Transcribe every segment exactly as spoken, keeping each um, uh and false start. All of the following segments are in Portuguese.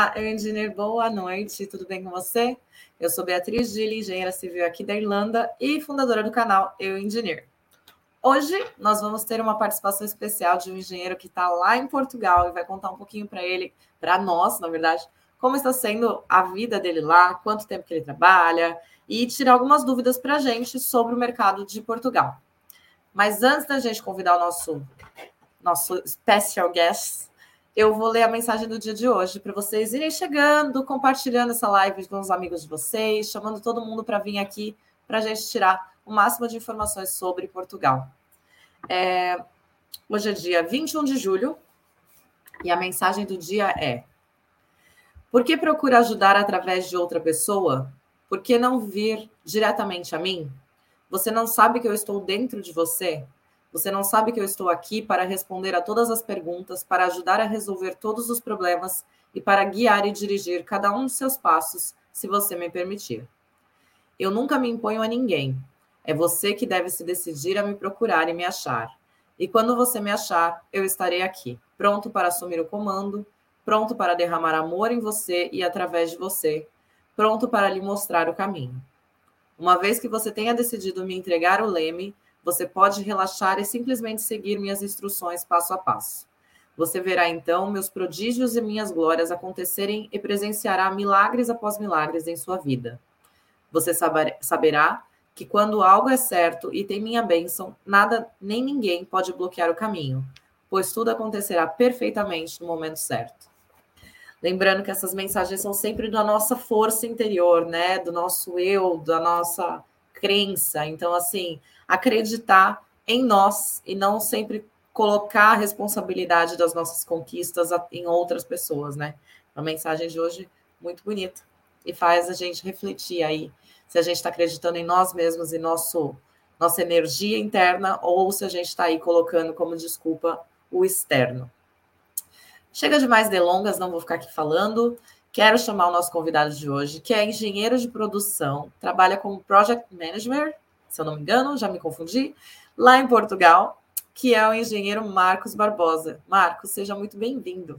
Olá, eu engenheiro, boa noite, tudo bem com você? Eu sou Beatriz Gili, engenheira civil aqui da Irlanda e fundadora do canal Eu Engineer. Hoje nós vamos ter uma participação especial de um engenheiro que está lá em Portugal e vai contar um pouquinho para ele, para nós, na verdade, como está sendo a vida dele lá, quanto tempo que ele trabalha e tirar algumas dúvidas para a gente sobre o mercado de Portugal. Mas antes da gente convidar o nosso, nosso special guest, eu vou ler a mensagem do dia de hoje para vocês irem chegando, compartilhando essa live com os amigos de vocês, chamando todo mundo para vir aqui para a gente tirar o máximo de informações sobre Portugal. É, hoje é dia vinte e um de julho e a mensagem do dia é: por que procura ajudar através de outra pessoa? Por que não vir diretamente a mim? Você não sabe que eu estou dentro de você? Você não sabe que eu estou aqui para responder a todas as perguntas, para ajudar a resolver todos os problemas e para guiar e dirigir cada um dos seus passos, se você me permitir. Eu nunca me imponho a ninguém. É você que deve se decidir a me procurar e me achar. E quando você me achar, eu estarei aqui, pronto para assumir o comando, pronto para derramar amor em você e através de você, pronto para lhe mostrar o caminho. Uma vez que você tenha decidido me entregar o leme, você pode relaxar e simplesmente seguir minhas instruções passo a passo. Você verá então meus prodígios e minhas glórias acontecerem e presenciará milagres após milagres em sua vida. Você saberá que quando algo é certo e tem minha bênção, nada nem ninguém pode bloquear o caminho, pois tudo acontecerá perfeitamente no momento certo. Lembrando que essas mensagens são sempre da nossa força interior, né? Do nosso eu, da nossa crença. Então, assim, acreditar em nós e não sempre colocar a responsabilidade das nossas conquistas em outras pessoas, né? A mensagem de hoje muito bonita e faz a gente refletir aí se a gente está acreditando em nós mesmos e nosso, nossa energia interna ou se a gente está aí colocando como desculpa o externo. Chega de mais delongas, não vou ficar aqui falando. Quero chamar o nosso convidado de hoje, que é engenheiro de produção, trabalha como Project Manager, se eu não me engano, já me confundi, lá em Portugal, que é o engenheiro Marcos Barbosa. Marcos, seja muito bem-vindo.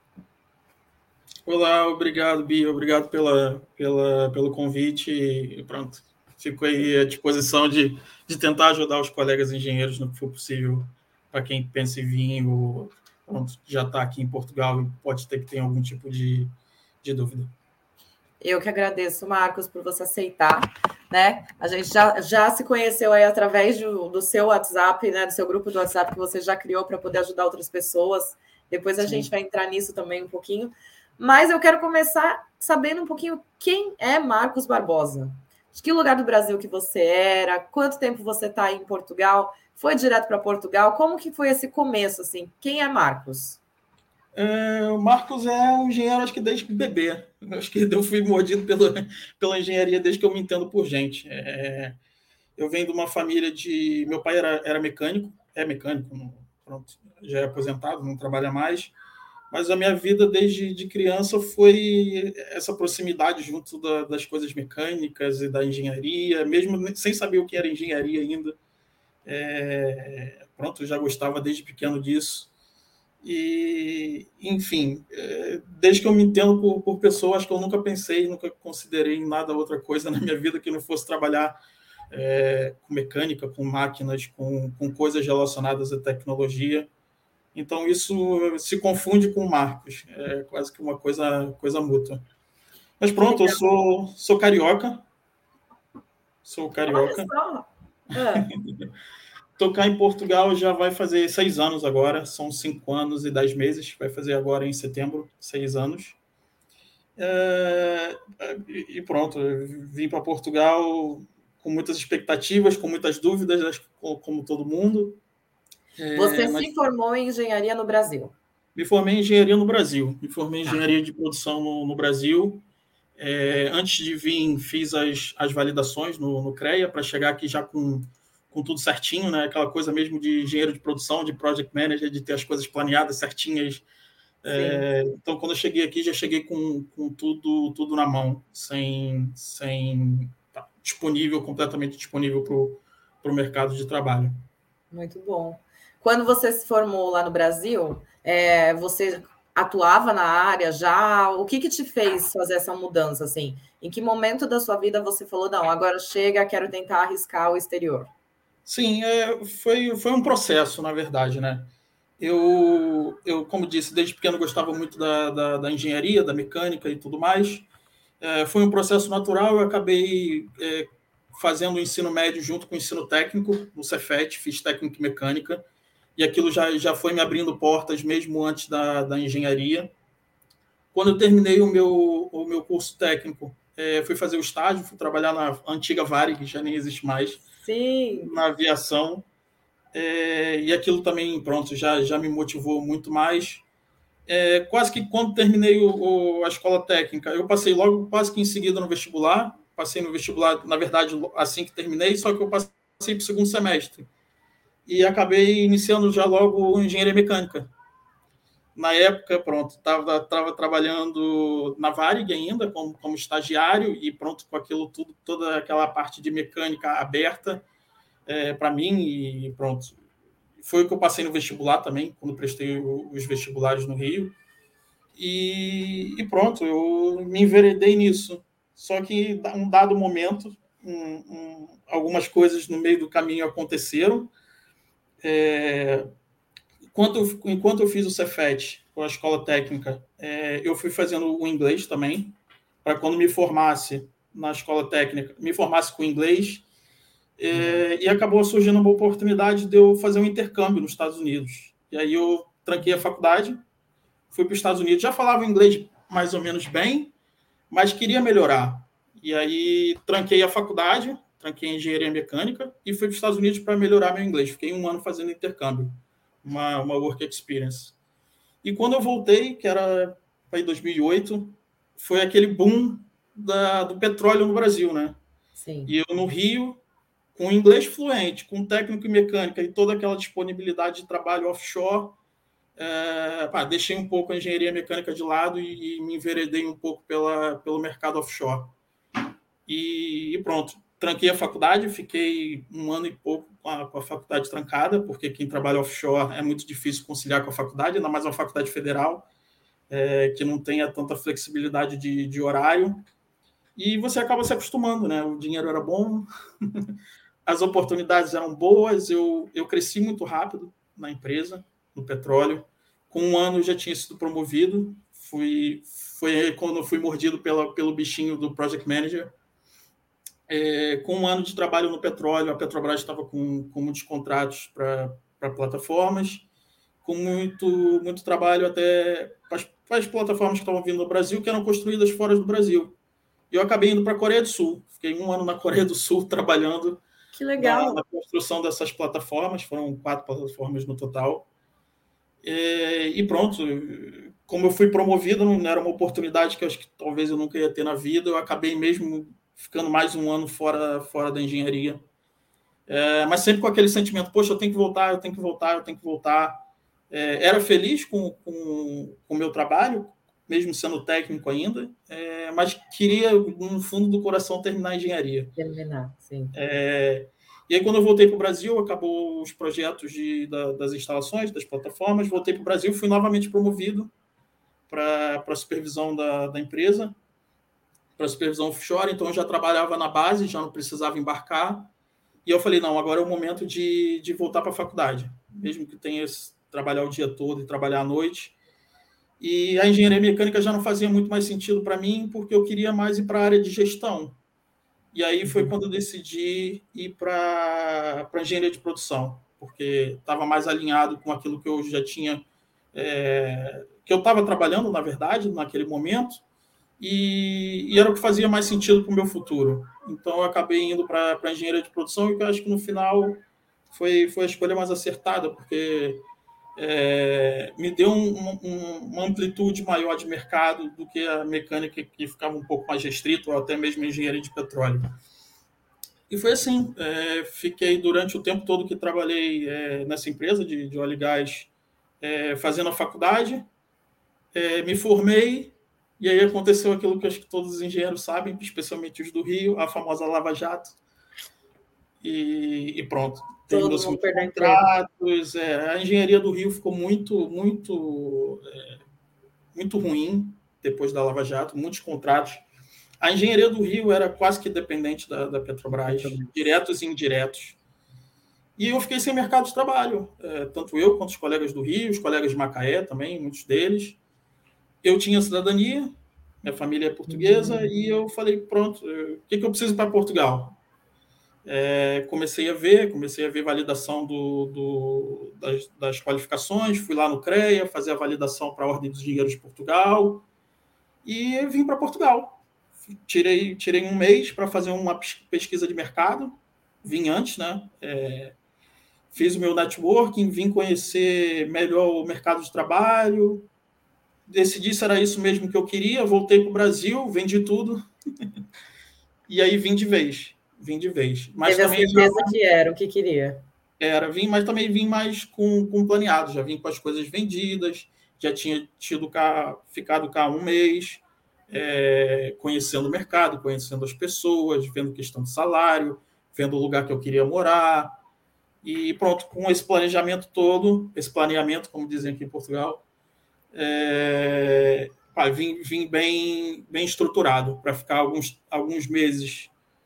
Olá, obrigado, Bia, obrigado pela, pela, pelo convite e pronto, fico aí à disposição de, de tentar ajudar os colegas engenheiros no que for possível, para quem pensa em vir ou pronto, já está aqui em Portugal e pode ter que ter algum tipo de, de dúvida. Eu que agradeço, Marcos, por você aceitar, né? A gente já, já se conheceu aí através do, do seu WhatsApp, né? Do seu grupo do WhatsApp que você já criou para poder ajudar outras pessoas. Depois a Sim. gente vai entrar nisso também um pouquinho. Mas eu quero começar sabendo um pouquinho quem é Marcos Barbosa. De que lugar do Brasil que você era? Quanto tempo você está aí em Portugal? Foi direto para Portugal? Como que foi esse começo, assim? Quem é Marcos? É, o Marcos é um engenheiro, acho que desde bebê. Acho que eu fui mordido pela, pela engenharia desde que eu me entendo por gente. É, eu venho de uma família de... Meu pai era, era mecânico, é mecânico, pronto, já é aposentado, não trabalha mais. Mas a minha vida desde de criança foi essa proximidade junto da, das coisas mecânicas e da engenharia, mesmo sem saber o que era engenharia ainda. É, pronto, eu já gostava desde pequeno disso. E, enfim, é, desde que eu me entendo por, por pessoas, acho que eu nunca pensei, nunca considerei em nada outra coisa na minha vida que não fosse trabalhar é, com mecânica, com máquinas, com, com coisas relacionadas à tecnologia. Então, isso se confunde com Marcos. É quase que uma coisa, coisa mútua. Mas pronto, eu sou, sou carioca. Sou carioca. Olha só. É. Tô cá em Portugal já vai fazer seis anos agora. São cinco anos e dez meses. Vai fazer agora em setembro, seis anos. É, e pronto, vim para Portugal com muitas expectativas, com muitas dúvidas, como todo mundo. Você É, mas... se formou em engenharia no Brasil? Me formei em engenharia no Brasil. Me formei em engenharia de produção no, no Brasil. É, antes de vir, fiz as, as validações no, no CREA para chegar aqui já com, com tudo certinho, né? Aquela coisa mesmo de engenheiro de produção, de project manager, de ter as coisas planeadas certinhas. É, então, quando eu cheguei aqui, já cheguei com, com tudo, tudo na mão, sem, sem tá, disponível, completamente disponível para o mercado de trabalho. Muito bom. Quando você se formou lá no Brasil, é, você atuava na área já? O que que te fez fazer essa mudança, assim? Em que momento da sua vida você falou, não, agora chega, quero tentar arriscar o exterior? Sim, é, foi, foi um processo, na verdade, né? Eu, eu, como disse, desde pequeno gostava muito da, da, da engenharia, da mecânica e tudo mais. É, foi um processo natural, eu acabei é, fazendo o ensino médio junto com o ensino técnico, no Cefet, fiz técnico em mecânica, e aquilo já, já foi me abrindo portas mesmo antes da, da engenharia. Quando eu terminei o meu, o meu curso técnico, é, fui fazer o estágio, fui trabalhar na antiga Varig, que já nem existe mais, Sim. na aviação, é, e aquilo também, pronto, já, já me motivou muito mais. É, quase que quando terminei o, o, a escola técnica, eu passei logo quase que em seguida no vestibular, passei no vestibular, na verdade, assim que terminei, só que eu passei para o segundo semestre. E acabei iniciando já logo engenharia mecânica. Na época, pronto, estava tava trabalhando na Varig ainda, como, como estagiário, e pronto, com aquilo tudo, toda aquela parte de mecânica aberta é, para mim, e pronto. Foi o que eu passei no vestibular também, quando prestei os vestibulares no Rio. E, e pronto, eu me enveredei nisso. Só que, um dado momento, um, um, algumas coisas no meio do caminho aconteceram. É, enquanto, enquanto eu fiz o Cefet, com a escola técnica, é, eu fui fazendo o inglês também, para quando me formasse na escola técnica, me formasse com inglês. É, e acabou surgindo uma oportunidade de eu fazer um intercâmbio nos Estados Unidos. E aí eu tranquei a faculdade, fui para os Estados Unidos, já falava inglês mais ou menos bem, mas queria melhorar. E aí tranquei a faculdade, tranquei a engenharia mecânica e fui para os Estados Unidos para melhorar meu inglês. Fiquei um ano fazendo intercâmbio, uma, uma work experience. E quando eu voltei, que era em dois mil e oito, foi aquele boom da, do petróleo no Brasil, né? Sim. E eu no Rio, com inglês fluente, com técnico e mecânica e toda aquela disponibilidade de trabalho offshore, é, pá, deixei um pouco a engenharia mecânica de lado e, e me enveredei um pouco pela, pelo mercado offshore. E, e pronto, tranquei a faculdade, fiquei um ano e pouco com a, com a faculdade trancada, porque quem trabalha offshore é muito difícil conciliar com a faculdade, ainda mais uma faculdade federal, é, que não tenha tanta flexibilidade de, de horário. E você acaba se acostumando, né? O dinheiro era bom, as oportunidades eram boas, eu, eu cresci muito rápido na empresa, no petróleo. Com um ano eu já tinha sido promovido, fui, foi quando eu fui mordido pela, pelo bichinho do Project Manager. É, com um ano de trabalho no petróleo, a Petrobras estava com, com muitos contratos para plataformas, com muito, muito trabalho até para as plataformas que estavam vindo no Brasil, que eram construídas fora do Brasil. E eu acabei indo para a Coreia do Sul. Fiquei um ano na Coreia do Sul trabalhando Que legal. na, na construção dessas plataformas. Foram quatro plataformas no total. É, e pronto, como eu fui promovido, não era uma oportunidade que eu acho que talvez eu nunca ia ter na vida. Eu acabei mesmo ficando mais um ano fora, fora da engenharia. É, mas sempre com aquele sentimento, poxa, eu tenho que voltar, eu tenho que voltar, eu tenho que voltar. É, era feliz com, com, com o meu trabalho, mesmo sendo técnico ainda, é, mas queria, no fundo do coração, terminar a engenharia. Terminar, sim. É, e aí, quando eu voltei para o Brasil, acabou os projetos de, da, das instalações, das plataformas, voltei para o Brasil, fui novamente promovido para a supervisão da, da empresa, para a supervisão offshore, então eu já trabalhava na base, já não precisava embarcar, e eu falei, não, agora é o momento de, de voltar para a faculdade, mesmo que tenha esse, trabalhar o dia todo e trabalhar à noite. E a engenharia mecânica já não fazia muito mais sentido para mim, porque eu queria mais ir para a área de gestão. E aí foi quando eu decidi ir para a engenharia de produção, porque estava mais alinhado com aquilo que eu já tinha, é, que eu estava trabalhando, na verdade, naquele momento, e, e era o que fazia mais sentido para o meu futuro. Então eu acabei indo para a engenharia de produção, e que eu acho que no final foi, foi a escolha mais acertada, porque é, me deu um, um, uma amplitude maior de mercado do que a mecânica, que ficava um pouco mais restrito, ou até mesmo a engenharia de petróleo. E foi assim, é, fiquei durante o tempo todo que trabalhei é, nessa empresa de, de óleo e gás, é, fazendo a faculdade, é, me formei, e aí aconteceu aquilo que acho que todos os engenheiros sabem, especialmente os do Rio, a famosa Lava Jato, e, e pronto. Todo Terminou-se mundo muitos perdeu emprego. contratos, é, a engenharia do Rio ficou muito, muito, é, muito ruim depois da Lava Jato, muitos contratos. A engenharia do Rio era quase que dependente da, da Petrobras, Petrobras. diretos e indiretos. E eu fiquei sem mercado de trabalho, é, tanto eu quanto os colegas do Rio, os colegas de Macaé também, muitos deles. Eu tinha cidadania, minha família é portuguesa, uhum. E eu falei, pronto, o que, que eu preciso para Portugal? É, comecei a ver, comecei a ver validação do, do, das, das qualificações, fui lá no CREA, fazer a validação para a Ordem dos Engenheiros de Portugal, e vim para Portugal. Tirei, tirei um mês para fazer uma pesquisa de mercado, vim antes, né? É, fiz o meu networking, vim conhecer melhor o mercado de trabalho, decidi se era isso mesmo que eu queria, voltei para o Brasil, vendi tudo, e aí vim de vez, vim de vez. Mas Teve também a certeza já... que era o que queria. Era, vim, mas também vim mais com, com planeado, já vim com as coisas vendidas, já tinha tido cá, ficado cá um mês, é, conhecendo o mercado, conhecendo as pessoas, vendo questão de salário, vendo o lugar que eu queria morar, e pronto, com esse planejamento todo, esse planeamento, como dizem aqui em Portugal, é, pá, vim, vim bem, bem estruturado para ficar alguns, alguns meses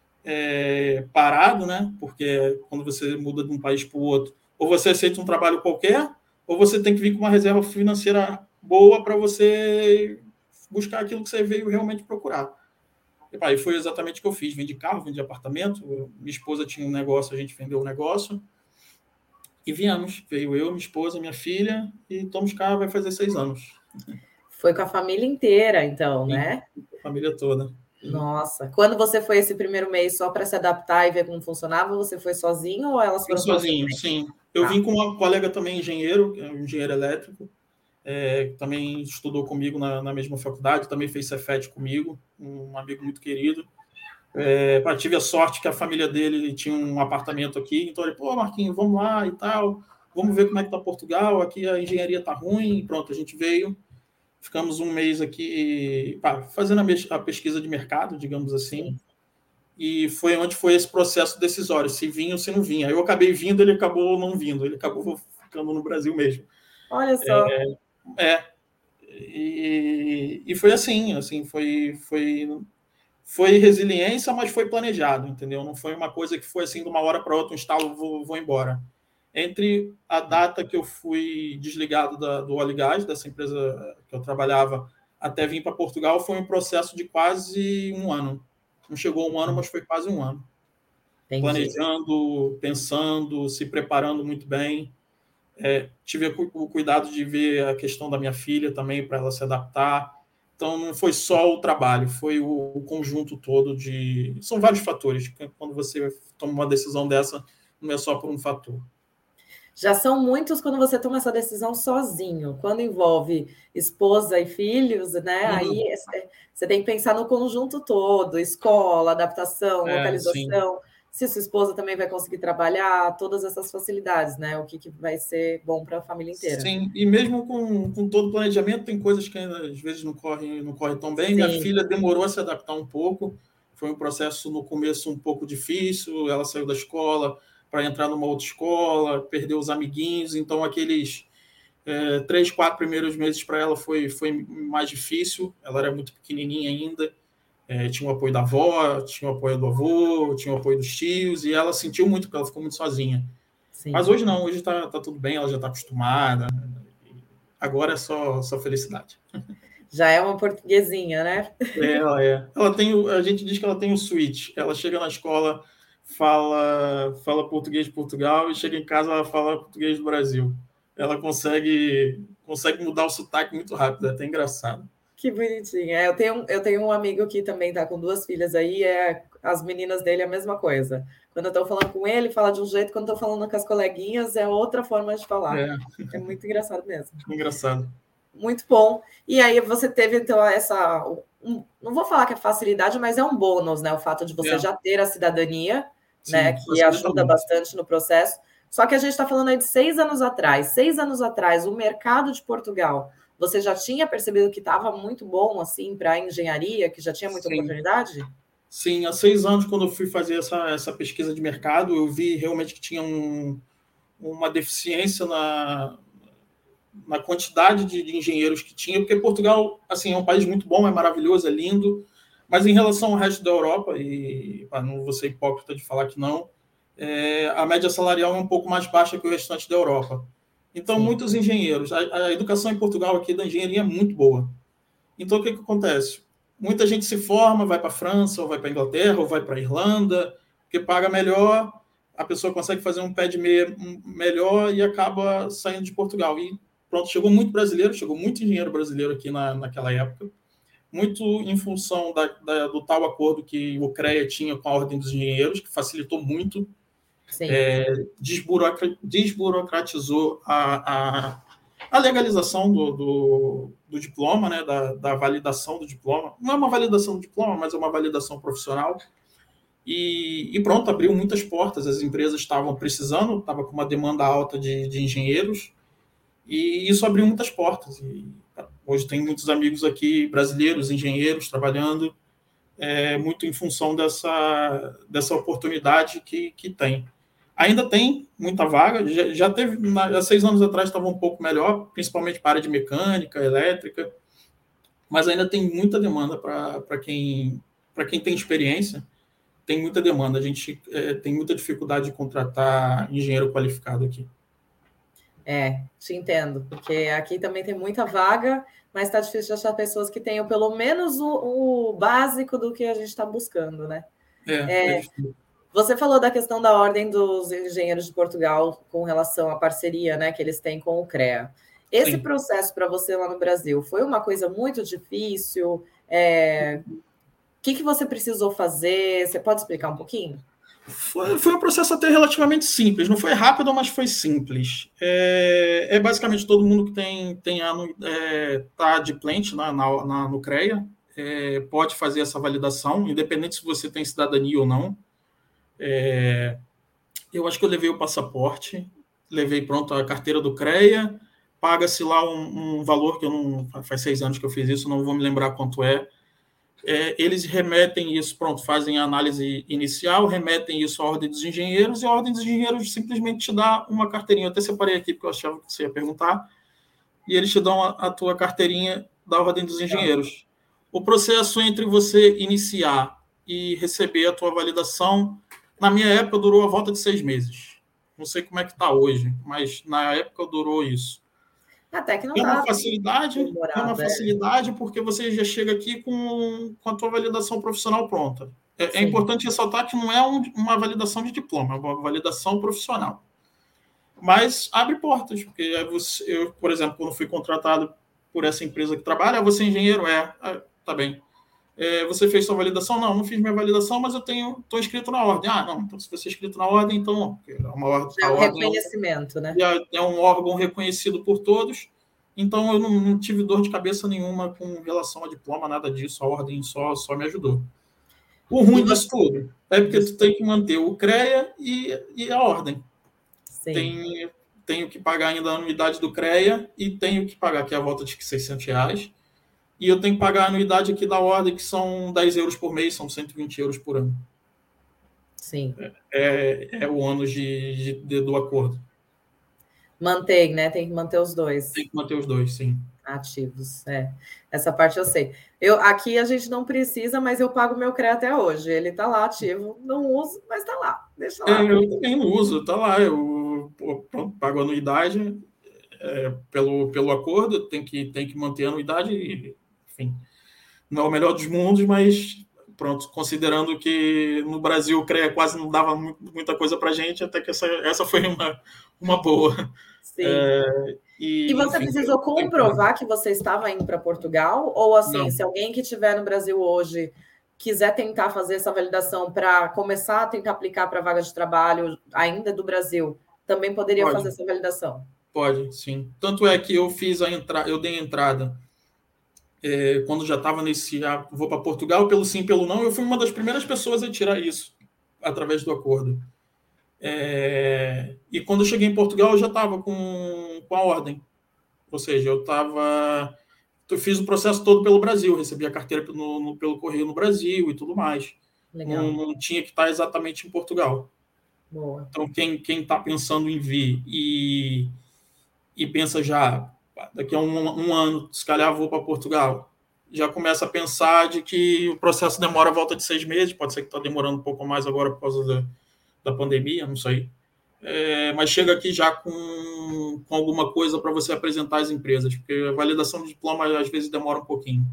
É, parado, né? Porque quando você muda de um país para o outro, ou você aceita um trabalho qualquer, ou você tem que vir com uma reserva financeira boa para você buscar aquilo que você veio realmente procurar. E, pá, e foi exatamente o que eu fiz. Vendi carro, vendi apartamento, minha esposa tinha um negócio, a gente vendeu o um negócio, e viemos. Veio eu, minha esposa, minha filha, e estamos cá, vai fazer seis anos. Foi com a família inteira, então, Sim, né? a família toda. Nossa, quando você foi esse primeiro mês só para se adaptar e ver como funcionava, você foi sozinho ou elas foram sozinho? Sim, eu ah. vim com uma colega também engenheiro, um engenheiro elétrico, é, também estudou comigo na, na mesma faculdade, também fez Cefet comigo, um amigo muito querido. É, pá, tive a sorte que a família dele tinha um apartamento aqui, então ele, pô, Marquinhos, vamos lá e tal, vamos ver como é que tá Portugal, aqui a engenharia tá ruim, pronto, a gente veio. Ficamos um mês aqui pá, fazendo a pesquisa de mercado, digamos assim. Sim. E foi onde foi esse processo decisório, se vinha ou se não vinha. Eu acabei vindo, ele acabou não vindo, ele acabou ficando no Brasil mesmo. Olha só. É, é e, e foi assim, assim, foi, foi, foi resiliência, mas foi planejado, entendeu? Não foi uma coisa que foi assim de uma hora para outra, um estalo, vou, vou embora. Entre a data que eu fui desligado da, do óleo e gás, dessa empresa que eu trabalhava, até vir para Portugal, foi um processo de quase um ano. Não chegou a um ano, mas foi quase um ano. Entendi. Planejando, pensando, se preparando muito bem. É, tive o cuidado de ver a questão da minha filha também, para ela se adaptar. Então, não foi só o trabalho, foi o, o conjunto todo de... São vários fatores. Quando você toma uma decisão dessa, não é só por um fator. Já são muitos quando você toma essa decisão sozinho. Quando envolve esposa e filhos, né? Uhum. Aí você tem que pensar no conjunto todo, escola, adaptação, é, localização, sim. Se sua esposa também vai conseguir trabalhar, todas essas facilidades, né? O que, que vai ser bom para a família inteira. Sim, e mesmo com, com todo o planejamento, tem coisas que ainda, às vezes não correm, não correm tão bem. Sim. Minha filha demorou a se adaptar um pouco, foi um processo no começo um pouco difícil, ela saiu da escola para entrar numa outra escola, perdeu os amiguinhos, então aqueles é, três, quatro primeiros meses para ela foi, foi mais difícil, ela era muito pequenininha ainda, é, tinha o apoio da avó, tinha o apoio do avô, tinha o apoio dos tios, e ela sentiu muito, porque ela ficou muito sozinha. Sim. Mas hoje não, hoje está tá tudo bem, ela já está acostumada, agora é só, só felicidade. Já é uma portuguesinha, né? É, ela é. Ela tem, a gente diz que ela tem o switch, ela chega na escola... Fala, fala português de Portugal e chega em casa ela fala português do Brasil. Ela consegue, consegue mudar o sotaque muito rápido, é até engraçado. Que bonitinho. É, eu, tenho, eu tenho um amigo que também tá com duas filhas aí, é, as meninas dele é a mesma coisa. Quando eu tô falando com ele, fala de um jeito, quando eu tô falando com as coleguinhas, é outra forma de falar. É, é muito engraçado mesmo. Engraçado. Muito bom. E aí você teve, então, essa... Um, não vou falar que é facilidade, mas é um bônus, né? O fato de você é. já ter a cidadania, sim, né? Que ajuda bastante no processo. Só que a gente está falando aí de seis anos atrás. Seis anos atrás, o mercado de Portugal, você já tinha percebido que estava muito bom, assim, para a engenharia, que já tinha muita sim. oportunidade? Sim, há seis anos, quando eu fui fazer essa, essa pesquisa de mercado, eu vi realmente que tinha um, uma deficiência na, na quantidade de, de engenheiros que tinha, porque Portugal, assim, é um país muito bom, é maravilhoso, é lindo, mas em relação ao resto da Europa, e para não vou ser hipócrita de falar que não, é, a média salarial é um pouco mais baixa que o restante da Europa. Então, Sim. muitos engenheiros, a, a educação em Portugal aqui da engenharia é muito boa. Então, o que, que acontece? Muita gente se forma, vai para a França, ou vai para a Inglaterra, ou vai para a Irlanda, porque paga melhor, a pessoa consegue fazer um pé de meia melhor e acaba saindo de Portugal. E pronto, chegou muito brasileiro, chegou muito engenheiro brasileiro aqui na, naquela época, muito em função da, da, do tal acordo que o CREA tinha com a Ordem dos Engenheiros, que facilitou muito, é, desburocra, desburocratizou a, a, a legalização do, do, do diploma, né, da, da validação do diploma. Não é uma validação do diploma, mas é uma validação profissional. E, e pronto, abriu muitas portas. As empresas estavam precisando, estava com uma demanda alta de, de engenheiros, e isso abriu muitas portas. E hoje tem muitos amigos aqui, brasileiros, engenheiros, trabalhando, é, muito em função dessa, dessa oportunidade que, que tem. Ainda tem muita vaga, já, já teve, há seis anos atrás estava um pouco melhor, principalmente para a área de mecânica, elétrica, mas ainda tem muita demanda para quem, para quem tem experiência, tem muita demanda. A gente é, tem muita dificuldade de contratar engenheiro qualificado aqui. É, te entendo, porque aqui também tem muita vaga, mas está difícil de achar pessoas que tenham pelo menos o, o básico do que a gente está buscando, né? É, é, é difícil. Você falou da questão da Ordem dos Engenheiros de Portugal com relação à parceria, né, que eles têm com o CREA. Esse Sim. processo para você lá no Brasil foi uma coisa muito difícil? É... O que, que você precisou fazer? Você pode explicar um pouquinho? Foi, foi um processo até relativamente simples. Não foi rápido, mas foi simples. É, é basicamente todo mundo que tem, tem ano, é, tá de plant na, na, na, no CREA é, pode fazer essa validação, independente se você tem cidadania ou não. É, eu acho que eu levei o passaporte, levei pronto a carteira do CREA, paga-se lá um, um valor que eu não... Faz seis anos que eu fiz isso, não vou me lembrar quanto é. É, eles remetem isso, pronto, fazem a análise inicial, remetem isso à Ordem dos Engenheiros, e a Ordem dos Engenheiros simplesmente te dá uma carteirinha. Eu até separei aqui, porque eu achava que você ia perguntar, e eles te dão a, a tua carteirinha da Ordem dos Engenheiros. O processo entre você iniciar e receber a tua validação, na minha época, durou a volta de seis meses. Não sei como é que está hoje, mas na época durou isso. Até que não é uma tá facilidade, demorado, é uma facilidade, é. porque você já chega aqui com, com a tua validação profissional pronta. É, é importante ressaltar que não é um, uma validação de diploma, é uma validação profissional. Mas abre portas, porque você, eu, por exemplo, quando fui contratado por essa empresa que trabalha, você é engenheiro? É, ah, tá bem. É, você fez sua validação? Não, não fiz minha validação, mas eu tenho, estou inscrito na ordem. Ah, não, então se você é inscrito na ordem, então é uma ordem. É um ordem reconhecimento, é, né? É um órgão reconhecido por todos, então eu não, não tive dor de cabeça nenhuma com relação a diploma, nada disso, a ordem só, só me ajudou. O ruim você... disso tudo é porque tu tem que manter o CREA e, e a ordem. Sim. Tem, tenho que pagar ainda a anuidade do CREA e tenho que pagar aqui a volta de seiscentos reais. E eu tenho que pagar a anuidade aqui da ordem, que são dez euros por mês, são cento e vinte euros por ano. Sim. É, é, é o ônus de, de, de, do acordo. Mantém, né? Tem que manter os dois. Tem que manter os dois, sim. Ativos, é. Essa parte eu sei. Eu, aqui a gente não precisa, mas eu pago meu CREA até hoje. Ele está lá ativo. Não uso, mas está lá. Deixa lá. É, eu também não uso, está lá. Eu pronto, pago a anuidade é, pelo, pelo acordo, tem que, tem que manter a anuidade e, enfim, não é o melhor dos mundos, mas pronto, considerando que no Brasil o CREA quase não dava muita coisa para a gente, até que essa, essa foi uma, uma boa. Sim. É, e, e você enfim, precisou comprovar que você estava indo para Portugal? Ou assim, não. Se alguém que estiver no Brasil hoje quiser tentar fazer essa validação para começar a tentar aplicar para vaga de trabalho ainda do Brasil, também poderia Pode. fazer essa validação? Pode, sim. Tanto é que eu fiz a entrada, eu dei a entrada é, quando já estava nesse, ah, vou para Portugal, pelo sim, pelo não, eu fui uma das primeiras pessoas a tirar isso através do acordo. É, e quando eu cheguei em Portugal, eu já estava com, com a ordem. Ou seja, eu estava... Eu fiz o processo todo pelo Brasil, recebi a carteira no, no, pelo correio no Brasil e tudo mais. Não, não tinha que estar exatamente em Portugal. Boa. Então, quem está pensando em vir e, e pensa já, daqui a um, um ano, se calhar vou para Portugal. Já começa a pensar de que o processo demora a volta de seis meses, pode ser que está demorando um pouco mais agora por causa da, da pandemia, não sei. É, mas chega aqui já com, com alguma coisa para você apresentar às empresas, porque a validação de diploma às vezes demora um pouquinho.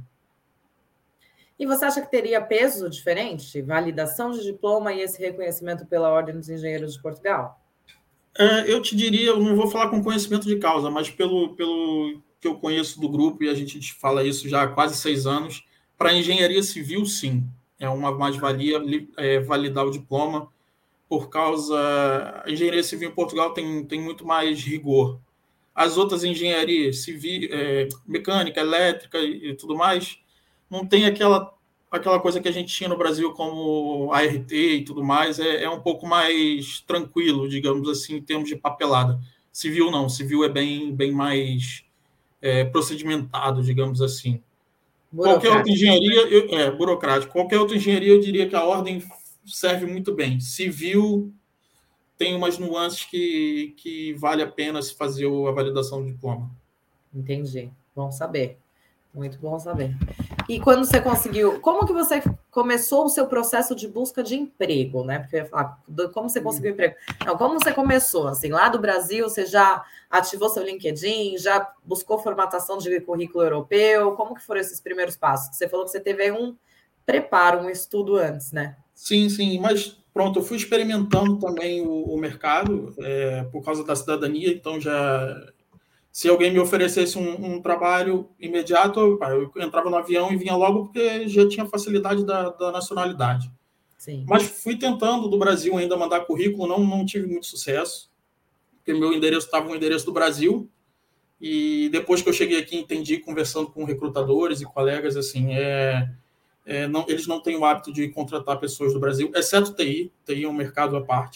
E você acha que teria peso diferente? Validação de diploma e esse reconhecimento pela Ordem dos Engenheiros de Portugal? É, eu te diria, eu não vou falar com conhecimento de causa, mas pelo, pelo que eu conheço do grupo, e a gente fala isso já há quase seis anos, para a engenharia civil, sim. É uma mais-valia é, validar o diploma, por causa... A engenharia civil em Portugal tem, tem muito mais rigor. As outras engenharias, civil, é, mecânica, elétrica e tudo mais, não tem aquela, aquela coisa que a gente tinha no Brasil como A R T e tudo mais, é, é um pouco mais tranquilo, digamos assim, em termos de papelada. Civil não, civil é bem, bem mais é, procedimentado, digamos assim. Qualquer outra engenharia, eu, é, burocrático, qualquer outra engenharia eu diria que a ordem serve muito bem. Civil tem umas nuances que, que vale a pena se fazer a validação do diploma. Entendi. Bom saber. Muito bom saber. E quando você conseguiu... Como que você começou o seu processo de busca de emprego, né? Porque eu ia falar, como você conseguiu hum. emprego? Não, como você começou? Assim, lá do Brasil, você já ativou seu LinkedIn? Já buscou formatação de currículo europeu? Como que foram esses primeiros passos? Você falou que você teve um preparo, um estudo antes, né? Sim, sim. Mas, pronto, eu fui experimentando também o, o mercado é, por causa da cidadania, então já... Se alguém me oferecesse um, um trabalho imediato, eu, eu entrava no avião e vinha logo, porque já tinha facilidade da, da nacionalidade. Sim. Mas fui tentando do Brasil ainda mandar currículo, não, não tive muito sucesso, porque meu endereço estava no endereço do Brasil, e depois que eu cheguei aqui, entendi, conversando com recrutadores e colegas, assim, é, é, não, eles não têm o hábito de contratar pessoas do Brasil, exceto T I, T I é um mercado à parte.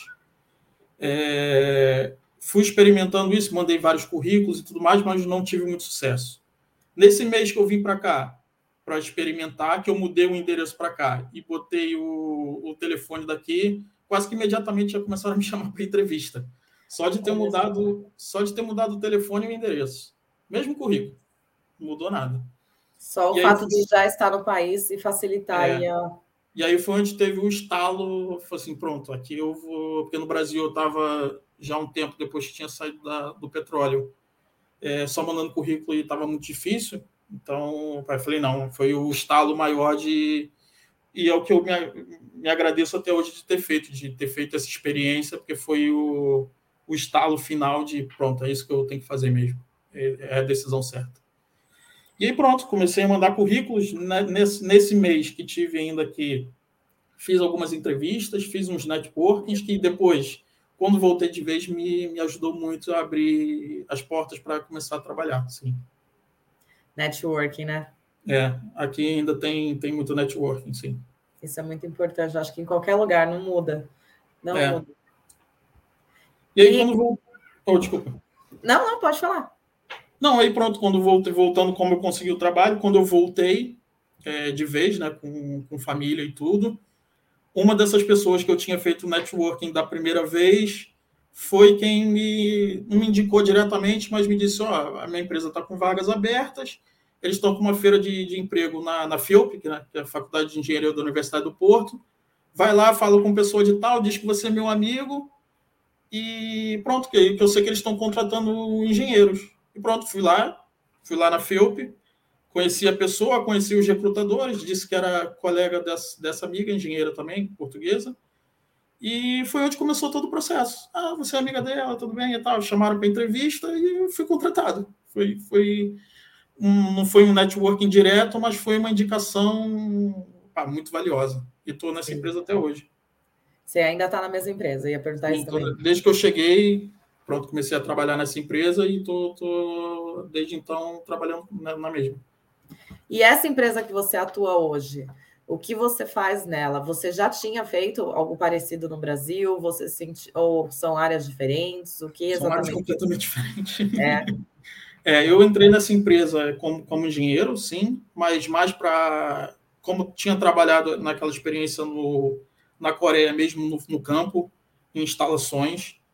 É... Fui experimentando isso, mandei vários currículos e tudo mais, mas não tive muito sucesso. Nesse mês que eu vim para cá, para experimentar, que eu mudei o endereço para cá e botei o, o telefone daqui, quase que imediatamente já começaram a me chamar para entrevista. Só de ter mudado, só de ter mudado o telefone e o endereço. Mesmo currículo. Não mudou nada. Só o e fato aí, de já estar no país e facilitar é, aí a... E aí foi onde teve o estalo, foi assim, pronto, aqui eu vou... Porque no Brasil eu estava já um tempo depois que tinha saído da, do petróleo, é, só mandando currículo e estava muito difícil. Então, eu falei, não, foi o estalo maior de... E é o que eu me, me agradeço até hoje de ter feito, de ter feito essa experiência, porque foi o, o estalo final de, pronto, é isso que eu tenho que fazer mesmo. É, é a decisão certa. E aí, pronto, comecei a mandar currículos. Nesse, nesse mês que tive ainda aqui, fiz algumas entrevistas, fiz uns networkings que depois, quando voltei de vez, me, me ajudou muito a abrir as portas para começar a trabalhar, sim. Networking, né? É, aqui ainda tem, tem muito networking, sim. Isso é muito importante, acho que em qualquer lugar, não muda. Não é. muda. E aí, e... quando vou... Oh, desculpa. Não, não, pode falar. Não, aí pronto, quando voltei, voltando como eu consegui o trabalho, quando eu voltei é, de vez, né, com, com família e tudo, uma dessas pessoas que eu tinha feito o networking da primeira vez foi quem me, não me indicou diretamente, mas me disse, ó, oh, a minha empresa está com vagas abertas, eles estão com uma feira de, de emprego na, na FIOP, né, que é a Faculdade de Engenharia da Universidade do Porto, vai lá, fala com pessoa de tal, diz que você é meu amigo, e pronto, que, que eu sei que eles estão contratando engenheiros. E pronto, fui lá, fui lá na FIOP, conheci a pessoa, conheci os recrutadores, disse que era colega dessa, dessa amiga, engenheira também, portuguesa, e foi onde começou todo o processo. Ah, você é amiga dela, tudo bem e tal. Chamaram para entrevista e eu fui contratado. Foi, foi um, não foi um networking direto, mas foi uma indicação pá, muito valiosa. E estou nessa Sim. empresa até hoje. Você ainda está na mesma empresa, ia perguntar Sim, isso também. Desde que eu cheguei, pronto, comecei a trabalhar nessa empresa e estou, desde então, trabalhando na, na mesma. E essa empresa que você atua hoje, o que você faz nela? Você já tinha feito algo parecido no Brasil? Você sente... Ou são áreas diferentes? O que exatamente? São áreas completamente diferentes. É. É, eu entrei nessa empresa como, como engenheiro, sim, mas mais para... Como tinha trabalhado naquela experiência no, na Coreia, mesmo no, no campo, em instalações,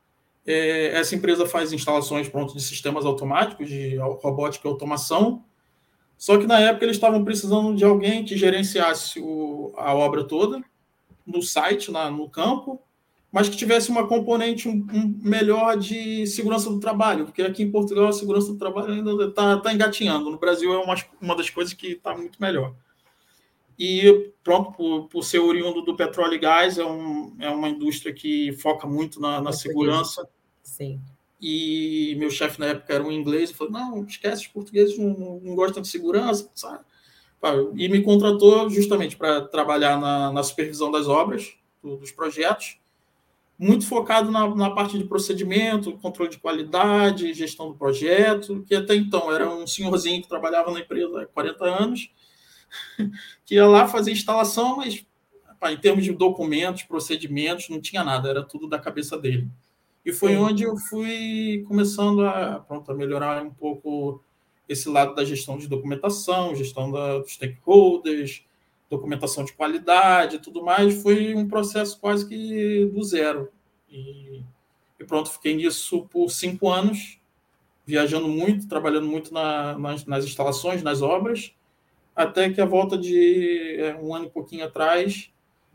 É, essa empresa faz instalações pronto, de sistemas automáticos, de robótica e automação, só que na época eles estavam precisando de alguém que gerenciasse o, a obra toda, no site, lá no campo, mas que tivesse uma componente um, um melhor de segurança do trabalho, porque aqui em Portugal a segurança do trabalho ainda está tá engatinhando. No Brasil é uma, uma das coisas que está muito melhor. E, pronto, por, por ser oriundo do petróleo e gás, é, um, é uma indústria que foca muito na, na segurança. Sim. E meu chefe na época era um inglês, e falou, não, esquece, os portugueses não, não gostam de segurança, sabe? E me contratou justamente para trabalhar na, na supervisão das obras, do, dos projetos, muito focado na, na parte de procedimento, controle de qualidade, gestão do projeto, que até então era um senhorzinho que trabalhava na empresa há quarenta anos, que ia lá fazer instalação, mas pá, em termos de documentos, procedimentos, não tinha nada, era tudo da cabeça dele. E foi Sim. onde eu fui começando a, pronto, a melhorar um pouco esse lado da gestão de documentação, gestão da, dos stakeholders, documentação de qualidade e tudo mais. Foi um processo quase que do zero. E, e pronto, fiquei nisso por cinco anos, viajando muito, trabalhando muito na, nas, nas instalações, nas obras, até que a volta de é, um ano e pouquinho atrás,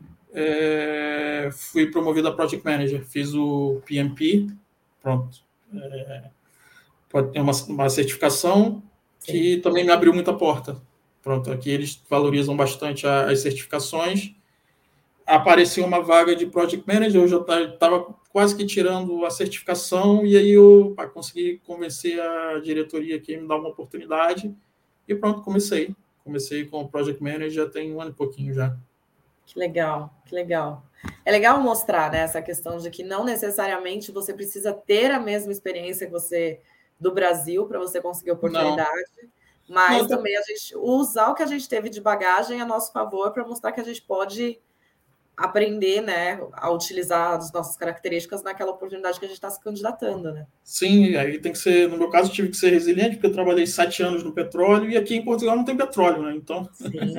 é, fui promovido a Project Manager, fiz o P M P, pronto. É, pode ter uma, uma certificação que Sim. também me abriu muita porta. Pronto, aqui eles valorizam bastante a, as certificações. Apareceu uma vaga de Project Manager, eu já estava quase que tirando a certificação, e aí eu pá, consegui convencer a diretoria que ia me dar uma oportunidade, e pronto, comecei. Comecei com o Project Manager, já tem um ano e pouquinho já. Que legal, que legal. É legal mostrar, né, essa questão de que não necessariamente você precisa ter a mesma experiência que você do Brasil para você conseguir oportunidade, não. mas não, também a gente usar o que a gente teve de bagagem a nosso favor para mostrar que a gente pode aprender, né, a utilizar as nossas características naquela oportunidade que a gente está se candidatando, né? Sim, aí tem que ser, no meu caso, tive que ser resiliente, porque eu trabalhei sete anos no petróleo, e aqui em Portugal não tem petróleo, né? Então,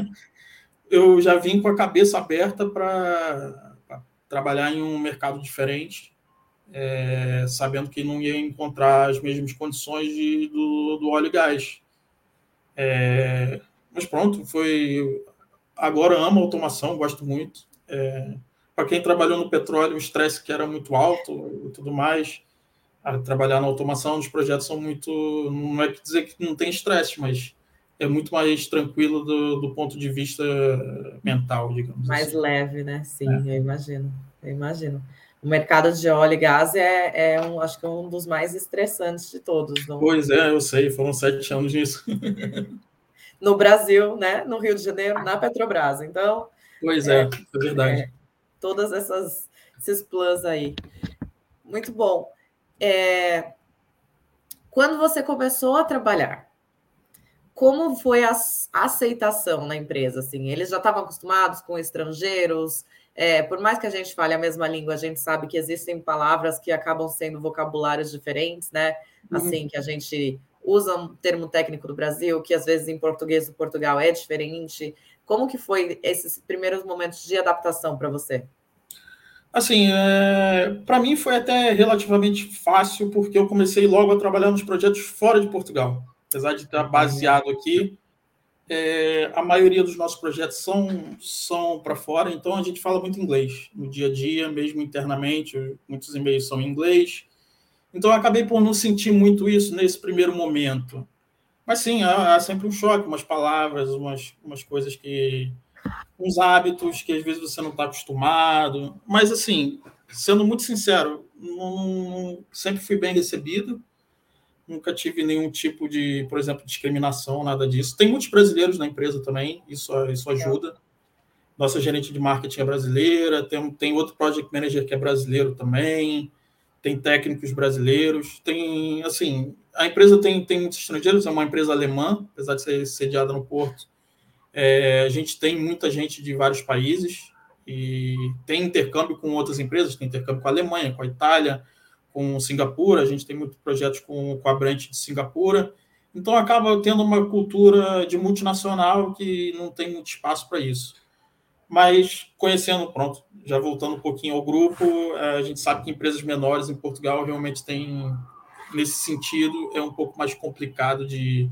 eu já vim com a cabeça aberta para trabalhar em um mercado diferente, é, sabendo que não ia encontrar as mesmas condições de, do, do óleo e gás. É, mas pronto, foi... Agora amo automação, gosto muito. É, para quem trabalhou no petróleo, o estresse que era muito alto e tudo mais, a trabalhar na automação, os projetos são muito... Não é que dizer que não tem estresse, mas é muito mais tranquilo do, do ponto de vista mental, digamos mais assim. Mais leve, né? Sim, é. eu imagino, eu imagino. O mercado de óleo e gás é, é um, acho que é um dos mais estressantes de todos. Não? Pois é, eu sei, foram sete anos nisso. No Brasil, né? No Rio de Janeiro, na Petrobras. Então, pois é, é, é verdade. É, todas essas esses plus aí. Muito bom. É, quando você começou a trabalhar, como foi a aceitação na empresa? Assim, eles já estavam acostumados com estrangeiros? É, por mais que a gente fale a mesma língua, a gente sabe que existem palavras que acabam sendo vocabulários diferentes, né? Assim, uhum. que a gente usa um termo técnico do Brasil, que às vezes em português do Portugal é diferente. Como que foi esses primeiros momentos de adaptação para você? Assim, é, para mim foi até relativamente fácil, porque eu comecei logo a trabalhar nos projetos fora de Portugal. Apesar de estar baseado aqui, é, a maioria dos nossos projetos são, são para fora, então a gente fala muito inglês no dia a dia, mesmo internamente, muitos e-mails são em inglês. Então eu acabei por não sentir muito isso nesse primeiro momento. Mas sim, há, há sempre um choque, umas palavras, umas, umas coisas que... uns hábitos que às vezes você não está acostumado. Mas, assim, sendo muito sincero, não, sempre fui bem recebido. Nunca tive nenhum tipo de, por exemplo, discriminação, nada disso. Tem muitos brasileiros na empresa também, isso, isso ajuda. Nossa gerente de marketing é brasileira, tem, tem outro project manager que é brasileiro também, tem técnicos brasileiros, tem, assim, a empresa tem, tem muitos estrangeiros, é uma empresa alemã, apesar de ser sediada no Porto. É, a gente tem muita gente de vários países e tem intercâmbio com outras empresas, tem intercâmbio com a Alemanha, com a Itália, com Singapura, a gente tem muitos projetos com, com a Branch de Singapura, então acaba tendo uma cultura de multinacional que não tem muito espaço para isso. mas conhecendo, pronto, já voltando um pouquinho ao grupo, a gente sabe que empresas menores em Portugal realmente têm, nesse sentido, é um pouco mais complicado de,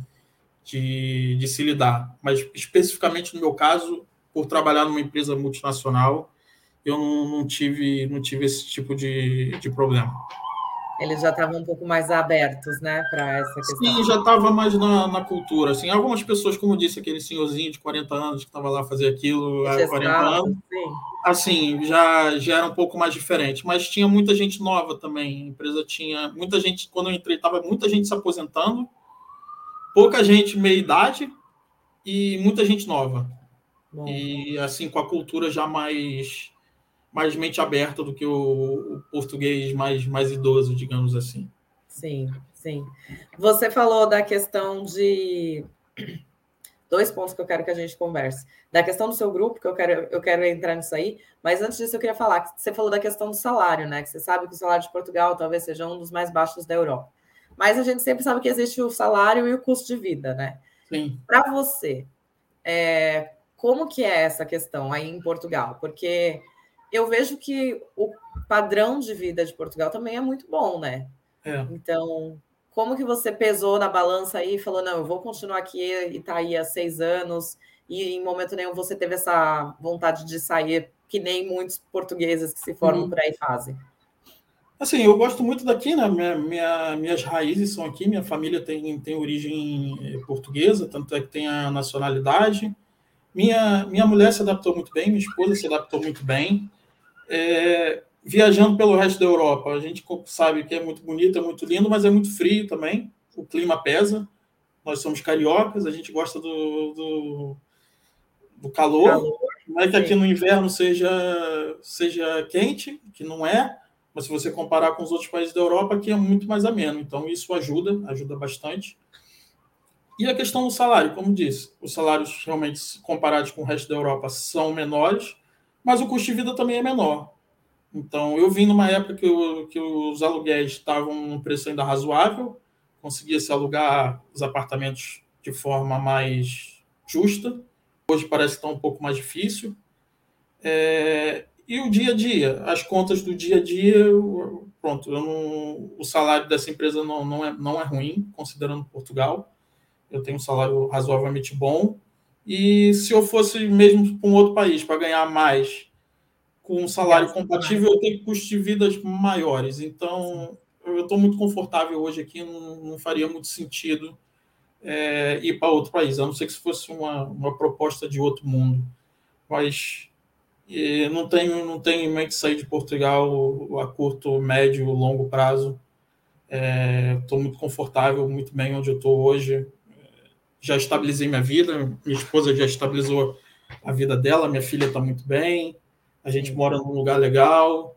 de, de se lidar. Mas, especificamente no meu caso, por trabalhar numa empresa multinacional, eu não, não tive, não tive esse tipo de, de problema. Eles já estavam um pouco mais abertos, né, para essa questão. Sim, já estava mais na, na cultura. Assim, algumas pessoas, como disse, aquele senhorzinho de quarenta anos que estava lá fazer aquilo há quarenta Gestado, anos, sim. assim, já, já era um pouco mais diferente. Mas tinha muita gente nova também. A empresa tinha muita gente, quando eu entrei, estava muita gente se aposentando, pouca gente meia-idade e muita gente nova. Bom. E assim, com a cultura já mais, mais mente aberta do que o, o português mais, mais idoso, digamos assim. Sim, sim. Você falou da questão de dois pontos que eu quero que a gente converse. Da questão do seu grupo, que eu quero, eu quero entrar nisso aí, mas antes disso eu queria falar que você falou da questão do salário, né? Que você sabe que o salário de Portugal talvez seja um dos mais baixos da Europa. Mas a gente sempre sabe que existe o salário e o custo de vida, né? Sim. Para você, é, como que é essa questão aí em Portugal? Porque eu vejo que o padrão de vida de Portugal também é muito bom, né? É. Então, como que você pesou na balança aí e falou, não, eu vou continuar aqui e tá aí há seis anos, e em momento nenhum você teve essa vontade de sair, que nem muitos portugueses que se formam Uhum. por aí fazem? Assim, eu gosto muito daqui, né? Minha, minha, minhas raízes são aqui, minha família tem, tem origem portuguesa, tanto é que tem a nacionalidade. Minha, minha mulher se adaptou muito bem, minha esposa se adaptou muito bem. É, viajando pelo resto da Europa, a gente sabe que é muito bonito, é muito lindo, mas é muito frio também. O clima pesa. Nós somos cariocas, a gente gosta do, do, do calor. Calor, Não é que aqui sim. no inverno seja, seja quente, que não é, mas se você comparar com os outros países da Europa, aqui é muito mais ameno. Então, isso ajuda, ajuda bastante. E a questão do salário, como disse, os salários realmente, comparados com o resto da Europa, são menores, mas o custo de vida também é menor. Então, eu vim numa época que, o, que os aluguéis estavam num preço ainda razoável, conseguia-se alugar os apartamentos de forma mais justa. Hoje parece que está um pouco mais difícil. É, e o dia a dia, as contas do dia a dia, pronto, eu não, o salário dessa empresa não, não, é, não é ruim, considerando Portugal. Eu tenho um salário razoavelmente bom. E se eu fosse mesmo para um outro país para ganhar mais, com um salário Gasta mais. compatível, eu tenho custos de vida maiores. Então, eu estou muito confortável hoje aqui, não, não faria muito sentido é, ir para outro país, a não ser que se fosse uma, uma proposta de outro mundo. Mas e não tenho, não tenho em mente sair de Portugal a curto, médio, longo prazo. Estou é, muito confortável, muito bem onde eu estou hoje. Já estabilizei minha vida, minha esposa já estabilizou a vida dela, minha filha está muito bem, a gente Sim. mora num lugar legal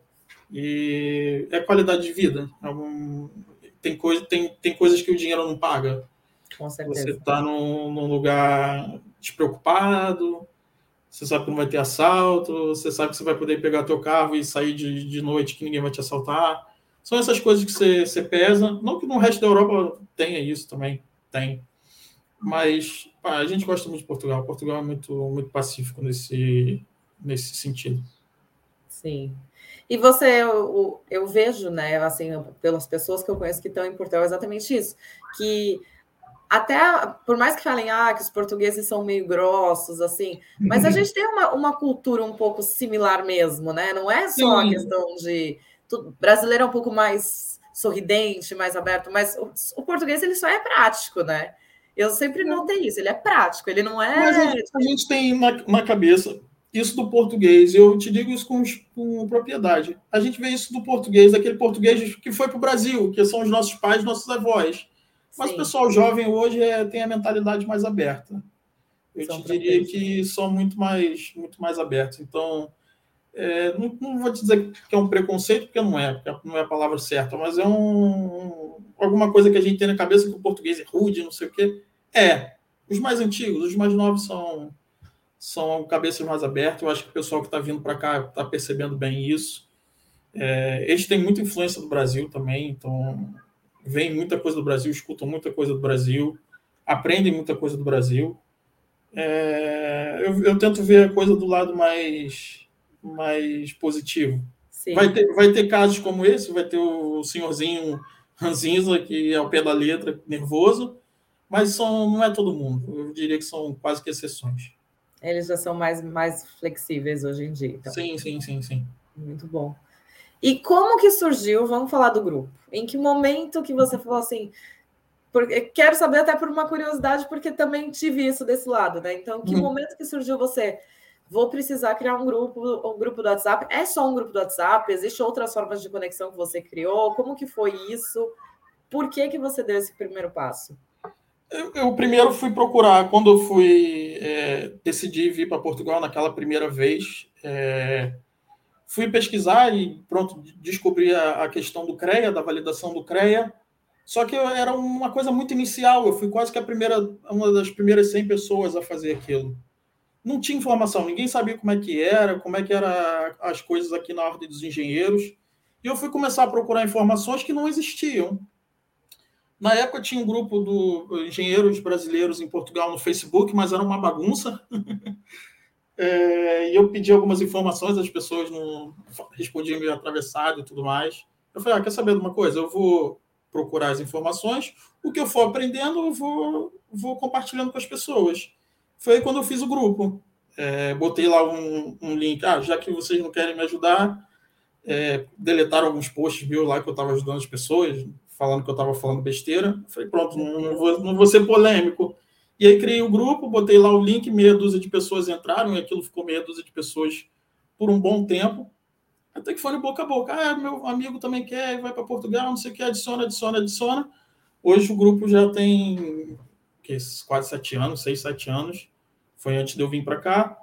e é qualidade de vida. É um, tem, coisa, tem, tem coisas que o dinheiro não paga. Com Você certeza. está num, num lugar despreocupado, você sabe que não vai ter assalto, você sabe que você vai poder pegar teu carro e sair de, de noite que ninguém vai te assaltar. São essas coisas que você, você pesa. Não que no resto da Europa tenha isso também, tem. Mas pá, a gente gosta muito de Portugal. Portugal é muito, muito pacífico nesse, nesse sentido. Sim. E você, eu, eu vejo, né, assim, pelas pessoas que eu conheço que estão em Portugal, exatamente isso, que até, por mais que falem, ah, que os portugueses são meio grossos, assim, mas a gente tem uma, uma cultura um pouco similar mesmo, né? Não é só a Sim. questão de... O brasileiro é um pouco mais sorridente, mais aberto, mas o, o português, ele só é prático, né? Eu sempre notei isso, ele é prático, ele não Mas a, é... a gente tem na, na cabeça isso do português. Eu te digo isso com, com propriedade. A gente vê isso do português, daquele português que foi para o Brasil, que são os nossos pais, nossos avós. Mas o Sim, pessoal jovem hoje é, tem a mentalidade mais aberta. Eu são te diria tranquilos. que são muito mais, muito mais abertos. Então, é, não, não vou te dizer que é um preconceito, porque não é, porque não é a palavra certa, mas é um, alguma coisa que a gente tem na cabeça que o português é rude, não sei o quê. É. Os mais antigos, os mais novos são, são cabeças mais abertas. Eu acho que o pessoal que está vindo para cá está percebendo bem isso. É, eles têm muita influência do Brasil também, então vem muita coisa do Brasil, escutam muita coisa do Brasil, aprendem muita coisa do Brasil. É, eu, eu tento ver a coisa do lado mais, mais positivo. Sim. Vai ter, vai ter casos como esse, vai ter o senhorzinho ranzinza, que é ao pé da letra, nervoso, mas são, não é todo mundo. Eu diria que são quase que exceções. Eles já são mais, mais flexíveis hoje em dia, então. Sim, sim, sim, sim. Muito bom. E como que surgiu, vamos falar do grupo, em que momento que você falou assim, porque, quero saber até por uma curiosidade, porque também tive isso desse lado, né? Então, em que uhum. momento que surgiu você, vou precisar criar um grupo, um grupo do WhatsApp, é só um grupo do WhatsApp, existem outras formas de conexão que você criou, como que foi isso, por que que você deu esse primeiro passo? Eu, eu primeiro fui procurar, quando eu fui é, decidi vir para Portugal naquela primeira vez, é, fui pesquisar e pronto, descobri a, a questão do CREA, da validação do CREA, só que era uma coisa muito inicial, eu fui quase que a primeira, uma das primeiras cem pessoas a fazer aquilo. Não tinha informação, ninguém sabia como é que era, como é que eram as coisas aqui na Ordem dos Engenheiros, e eu fui começar a procurar informações que não existiam. Na época tinha um grupo de engenheiros brasileiros em Portugal no Facebook, mas era uma bagunça. É, e eu pedi algumas informações, as pessoas não respondiam meio atravessado e tudo mais. Eu falei, ah, quer saber de uma coisa? Eu vou procurar as informações, o que eu for aprendendo, eu vou, vou compartilhando com as pessoas. Foi aí quando eu fiz o grupo. É, botei lá um, um link, ah, já que vocês não querem me ajudar, é, deletaram alguns posts meus lá que eu estava ajudando as pessoas, falando que eu estava falando besteira. Eu falei, pronto, não, não, vou, não vou ser polêmico. E aí criei o grupo, botei lá o link, meia dúzia de pessoas entraram, e aquilo ficou meia dúzia de pessoas por um bom tempo. Até que foi no boca a boca. Ah, meu amigo também quer, vai para Portugal, não sei o que, adiciona, adiciona, adiciona. Hoje o grupo já tem que, quase sete anos, seis, sete anos. Foi antes de eu vir para cá.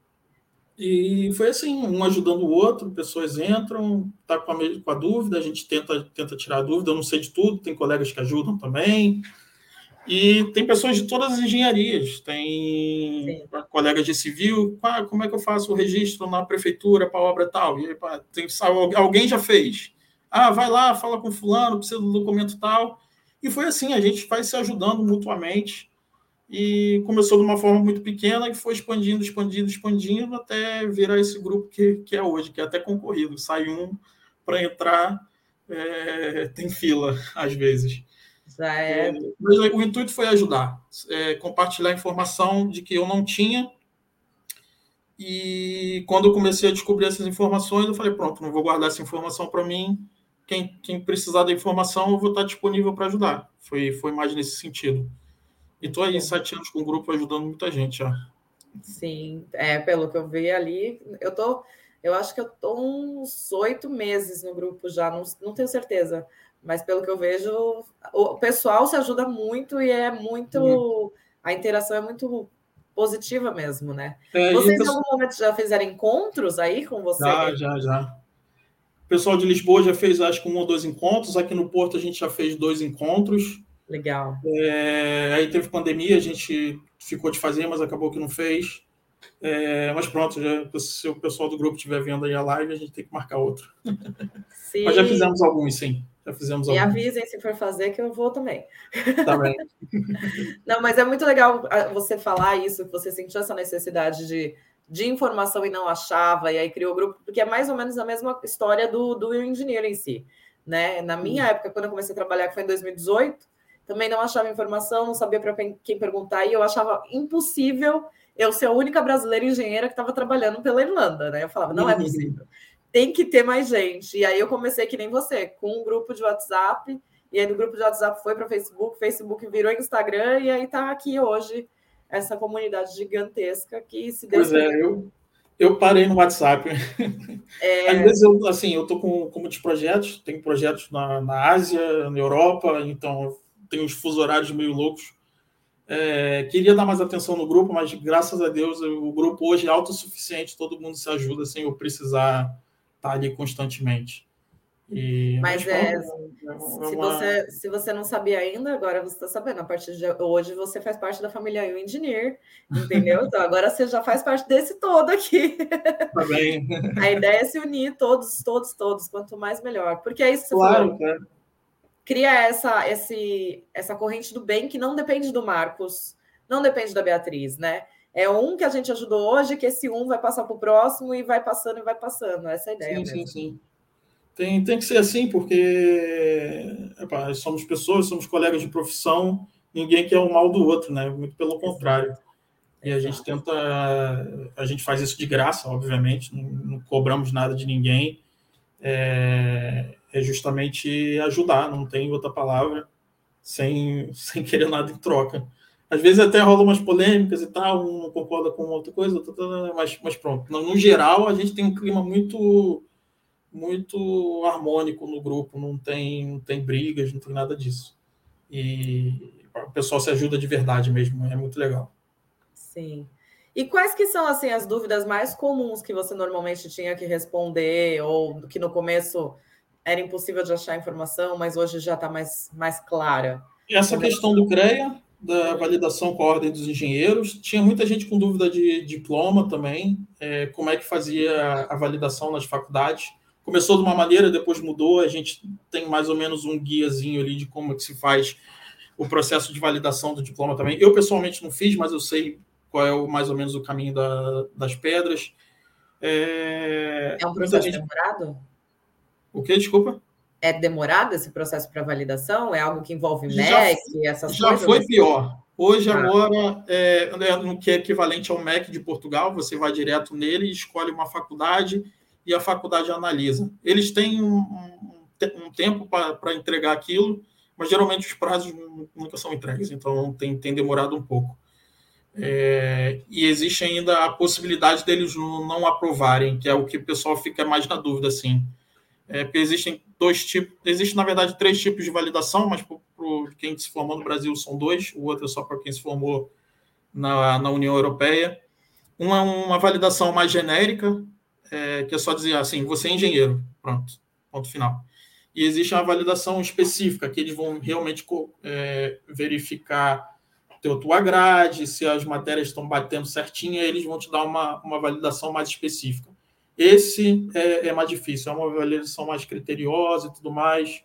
E foi assim, um ajudando o outro, pessoas entram, tá com a, com a dúvida, a gente tenta, tenta tirar a dúvida, eu não sei de tudo, tem colegas que ajudam também. E tem pessoas de todas as engenharias, tem Sim. colegas de civil, ah, como é que eu faço o registro na prefeitura para a obra tal? E, pá, tem, alguém já fez. Ah, vai lá, fala com fulano, precisa do documento tal. E foi assim, a gente vai se ajudando mutuamente. E começou de uma forma muito pequena e foi expandindo, expandindo, expandindo, até virar esse grupo que, que é hoje, que é até concorrido. Sai um para entrar, é, tem fila, às vezes. Já é... É, mas o intuito foi ajudar, é, compartilhar informação de que eu não tinha. E quando eu comecei a descobrir essas informações, eu falei, pronto, não vou guardar essa informação para mim. Quem, quem precisar da informação, eu vou estar disponível para ajudar. Foi, foi mais nesse sentido. E estou aí, sete anos com o grupo, ajudando muita gente já. Sim, é, pelo que eu vi ali, eu tô, eu acho que eu tô uns oito meses no grupo já, não, não tenho certeza, mas pelo que eu vejo, o pessoal se ajuda muito e é muito, hum. a interação é muito positiva mesmo, né? É, Vocês em algum momento já fizeram encontros aí com você? Já, já, já. O pessoal de Lisboa já fez, acho que um ou dois encontros, aqui no Porto a gente já fez dois encontros. Legal. É, aí teve pandemia, a gente ficou de fazer, mas acabou que não fez. É, mas pronto, já, se o pessoal do grupo estiver vendo aí a live, a gente tem que marcar outro. Sim. Mas já fizemos alguns, sim. Já fizemos Me alguns. avisem se for fazer, que eu vou também. Tá bem. Não, mas é muito legal você falar isso, que você sentiu essa necessidade de, de informação e não achava, e aí criou o grupo, porque é mais ou menos a mesma história do, do engenheiro em si. Né? Na minha hum. época, quando eu comecei a trabalhar, que foi em dois mil e dezoito, também não achava informação, não sabia para quem perguntar, e eu achava impossível eu ser a única brasileira engenheira que estava trabalhando pela Irlanda, né? Eu falava, não é possível, tem que ter mais gente. E aí eu comecei que nem você, com um grupo de WhatsApp, e aí do grupo de WhatsApp foi para o Facebook, Facebook virou Instagram, e aí está aqui hoje essa comunidade gigantesca que se Deus Pois é, eu, eu parei no WhatsApp. É... Às vezes eu, assim, eu tô com, com muitos projetos, tenho projetos na, na Ásia, na Europa, então tem uns fusos horários meio loucos. É, queria dar mais atenção no grupo, mas graças a Deus o grupo hoje é autossuficiente, todo mundo se ajuda sem eu precisar estar ali constantemente. E, mas mas é, é, é uma... se, você, se você não sabia ainda, agora você está sabendo. A partir de hoje você faz parte da família Eu Engineer, entendeu? Então agora você já faz parte desse todo aqui. Tá bem. A ideia é se unir todos, todos, todos, quanto mais melhor. Porque é isso que você claro, falou. Claro. Cria essa, esse, essa corrente do bem que não depende do Marcos, não depende da Beatriz, né? é um que a gente ajudou hoje, que esse um vai passar para o próximo e vai passando e vai passando. Essa é a ideia Sim, mesmo. sim, sim. Tem, tem que ser assim, porque epá, somos pessoas, somos colegas de profissão, ninguém quer o mal do outro, né? Muito pelo contrário. Exato. E a gente Exato. tenta, a gente faz isso de graça, obviamente, não, não cobramos nada de ninguém, é, é justamente ajudar, não tem outra palavra, sem, sem querer nada em troca. Às vezes até rola umas polêmicas e tal, um não concorda com outra coisa, mas, mas pronto. No, no geral, a gente tem um clima muito muito harmônico no grupo, não tem, não tem brigas, não tem nada disso. E o pessoal se ajuda de verdade mesmo, é muito legal. Sim. E quais que são assim as dúvidas mais comuns que você normalmente tinha que responder, ou que no começo era impossível de achar informação, mas hoje já está mais, mais clara? Essa questão do CREA, da validação com a ordem dos engenheiros, tinha muita gente com dúvida de diploma também, é, como é que fazia a validação nas faculdades. Começou de uma maneira, depois mudou, a gente tem mais ou menos um guiazinho ali de como é que se faz o processo de validação do diploma também. Eu, pessoalmente, não fiz, mas eu sei qual é o, mais ou menos o caminho da, das pedras. É, É um muita processo gente... demorado? O quê? Desculpa? É demorado esse processo para validação? É algo que envolve Já, M E C, essas já coisas? foi pior. Hoje, Ah, agora, é, no que é equivalente ao M E C de Portugal, você vai direto nele, escolhe uma faculdade e a faculdade analisa. Eles têm um, um, um tempo para entregar aquilo, mas geralmente os prazos nunca são entregues, então tem, tem demorado um pouco. É, e existe ainda a possibilidade deles não aprovarem, que é o que o pessoal fica mais na dúvida, assim. É, porque existem dois tipos, existe na verdade três tipos de validação, mas para quem se formou no Brasil são dois, o outro é só para quem se formou na, na União Europeia. Uma é uma validação mais genérica, é, que é só dizer assim, você é engenheiro, pronto, ponto final. E existe uma validação específica, que eles vão realmente é, verificar teu, tua grade, se as matérias estão batendo certinho, aí eles vão te dar uma, uma validação mais específica. Esse é, é mais difícil, é uma validação mais criteriosa e tudo mais,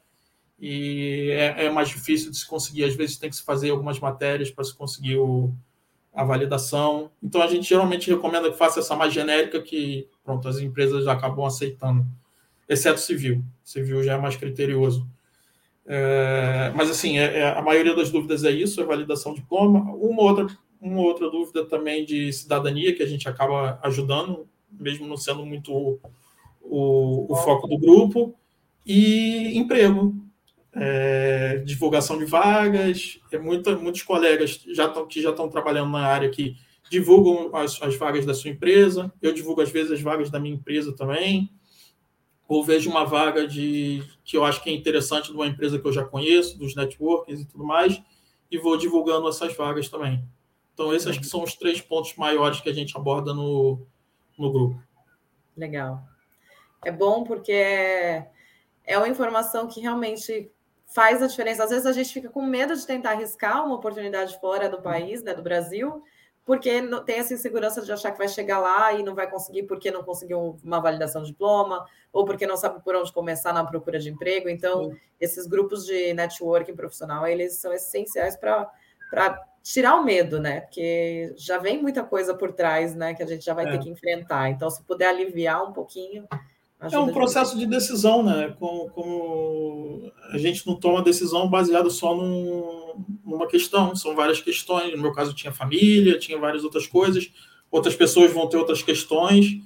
e é, é mais difícil de se conseguir. Às vezes tem que se fazer algumas matérias para se conseguir o, a validação. Então a gente geralmente recomenda que faça essa mais genérica, que pronto, as empresas já acabam aceitando, exceto civil. Civil já é mais criterioso. É, mas assim, é, é, a maioria das dúvidas é isso, é validação de diploma. Uma outra, uma outra dúvida também de cidadania, que a gente acaba ajudando, mesmo não sendo muito o, o, o foco do grupo, e emprego. É, divulgação de vagas, é muita, muitos colegas já tão, que já estão trabalhando na área que divulgam as, as vagas da sua empresa, eu divulgo às vezes as vagas da minha empresa também, ou vejo uma vaga de que eu acho que é interessante de uma empresa que eu já conheço, dos networkings e tudo mais, e vou divulgando essas vagas também. Então, esses acho que são os três pontos maiores que a gente aborda no, no grupo. Legal. É bom porque é, é uma informação que realmente faz a diferença. Às vezes a gente fica com medo de tentar arriscar uma oportunidade fora do país, né, do Brasil, porque tem essa insegurança de achar que vai chegar lá e não vai conseguir porque não conseguiu uma validação de diploma, ou porque não sabe por onde começar na procura de emprego. Então, Sim. esses grupos de networking profissional, eles são essenciais para tirar o medo, né? Porque já vem muita coisa por trás, né? Que a gente já vai é. ter que enfrentar. Então, se puder aliviar um pouquinho... É um processo de decisão, né? Como, como a gente não toma decisão baseada só num, numa questão, são várias questões. No meu caso, tinha família, tinha várias outras coisas, outras pessoas vão ter outras questões.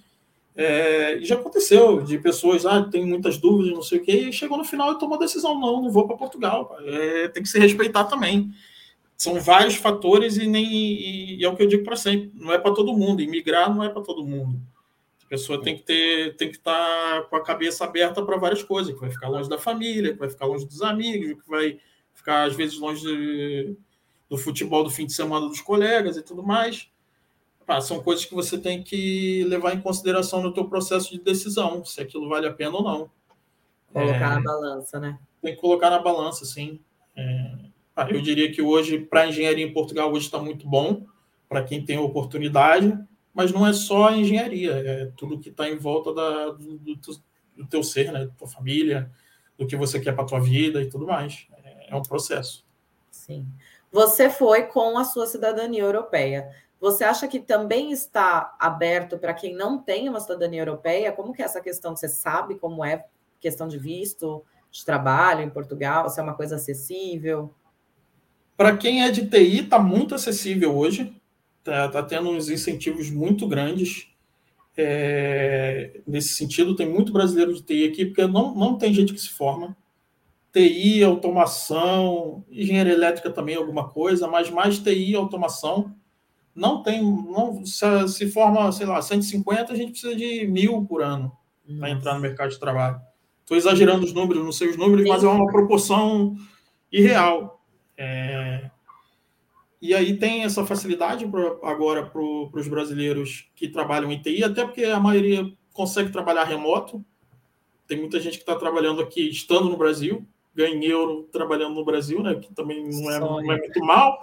É, e já aconteceu de pessoas, ah, tem muitas dúvidas, não sei o quê, e chegou no final e tomou a decisão: não, não vou para Portugal. É, tem que se respeitar também. São vários fatores e, nem, e, e é o que eu digo para sempre: não é para todo mundo, imigrar não é para todo mundo. A pessoa tem que ter, tem que estar com a cabeça aberta para várias coisas, que vai ficar longe da família, que vai ficar longe dos amigos, que vai ficar, às vezes, longe de, do futebol do fim de semana dos colegas e tudo mais. Ah, são coisas que você tem que levar em consideração no teu processo de decisão, se aquilo vale a pena ou não. Colocar é, na balança, né? Tem que colocar na balança, sim. É, eu diria que hoje, para a engenharia em Portugal, hoje está muito bom, para quem tem oportunidade, mas não é só a engenharia, é tudo que está em volta da, do, do, do teu ser, né? Da tua família, do que você quer para a tua vida e tudo mais. É, é um processo. Sim. Você foi com a sua cidadania europeia. Você acha que também está aberto para quem não tem uma cidadania europeia? Como que é essa questão? Você sabe como é questão de visto de trabalho em Portugal? Se é uma coisa acessível? Para quem é de T I, está muito acessível hoje. Está tá tendo uns incentivos muito grandes. É, nesse sentido, tem muito brasileiro de T I aqui, porque não, não tem gente que se forma. T I, automação, engenharia elétrica também, alguma coisa, mas mais T I e automação. Não tem, não, se, se forma, sei lá, cento e cinquenta, a gente precisa de mil por ano para entrar no mercado de trabalho. Estou exagerando os números, não sei os números, Sim. mas é uma proporção irreal. É... E aí tem essa facilidade pra, agora para os brasileiros que trabalham em T I, até porque a maioria consegue trabalhar remoto. Tem muita gente que está trabalhando aqui, estando no Brasil, ganha em euro trabalhando no Brasil, né, que também não é, não é muito mal.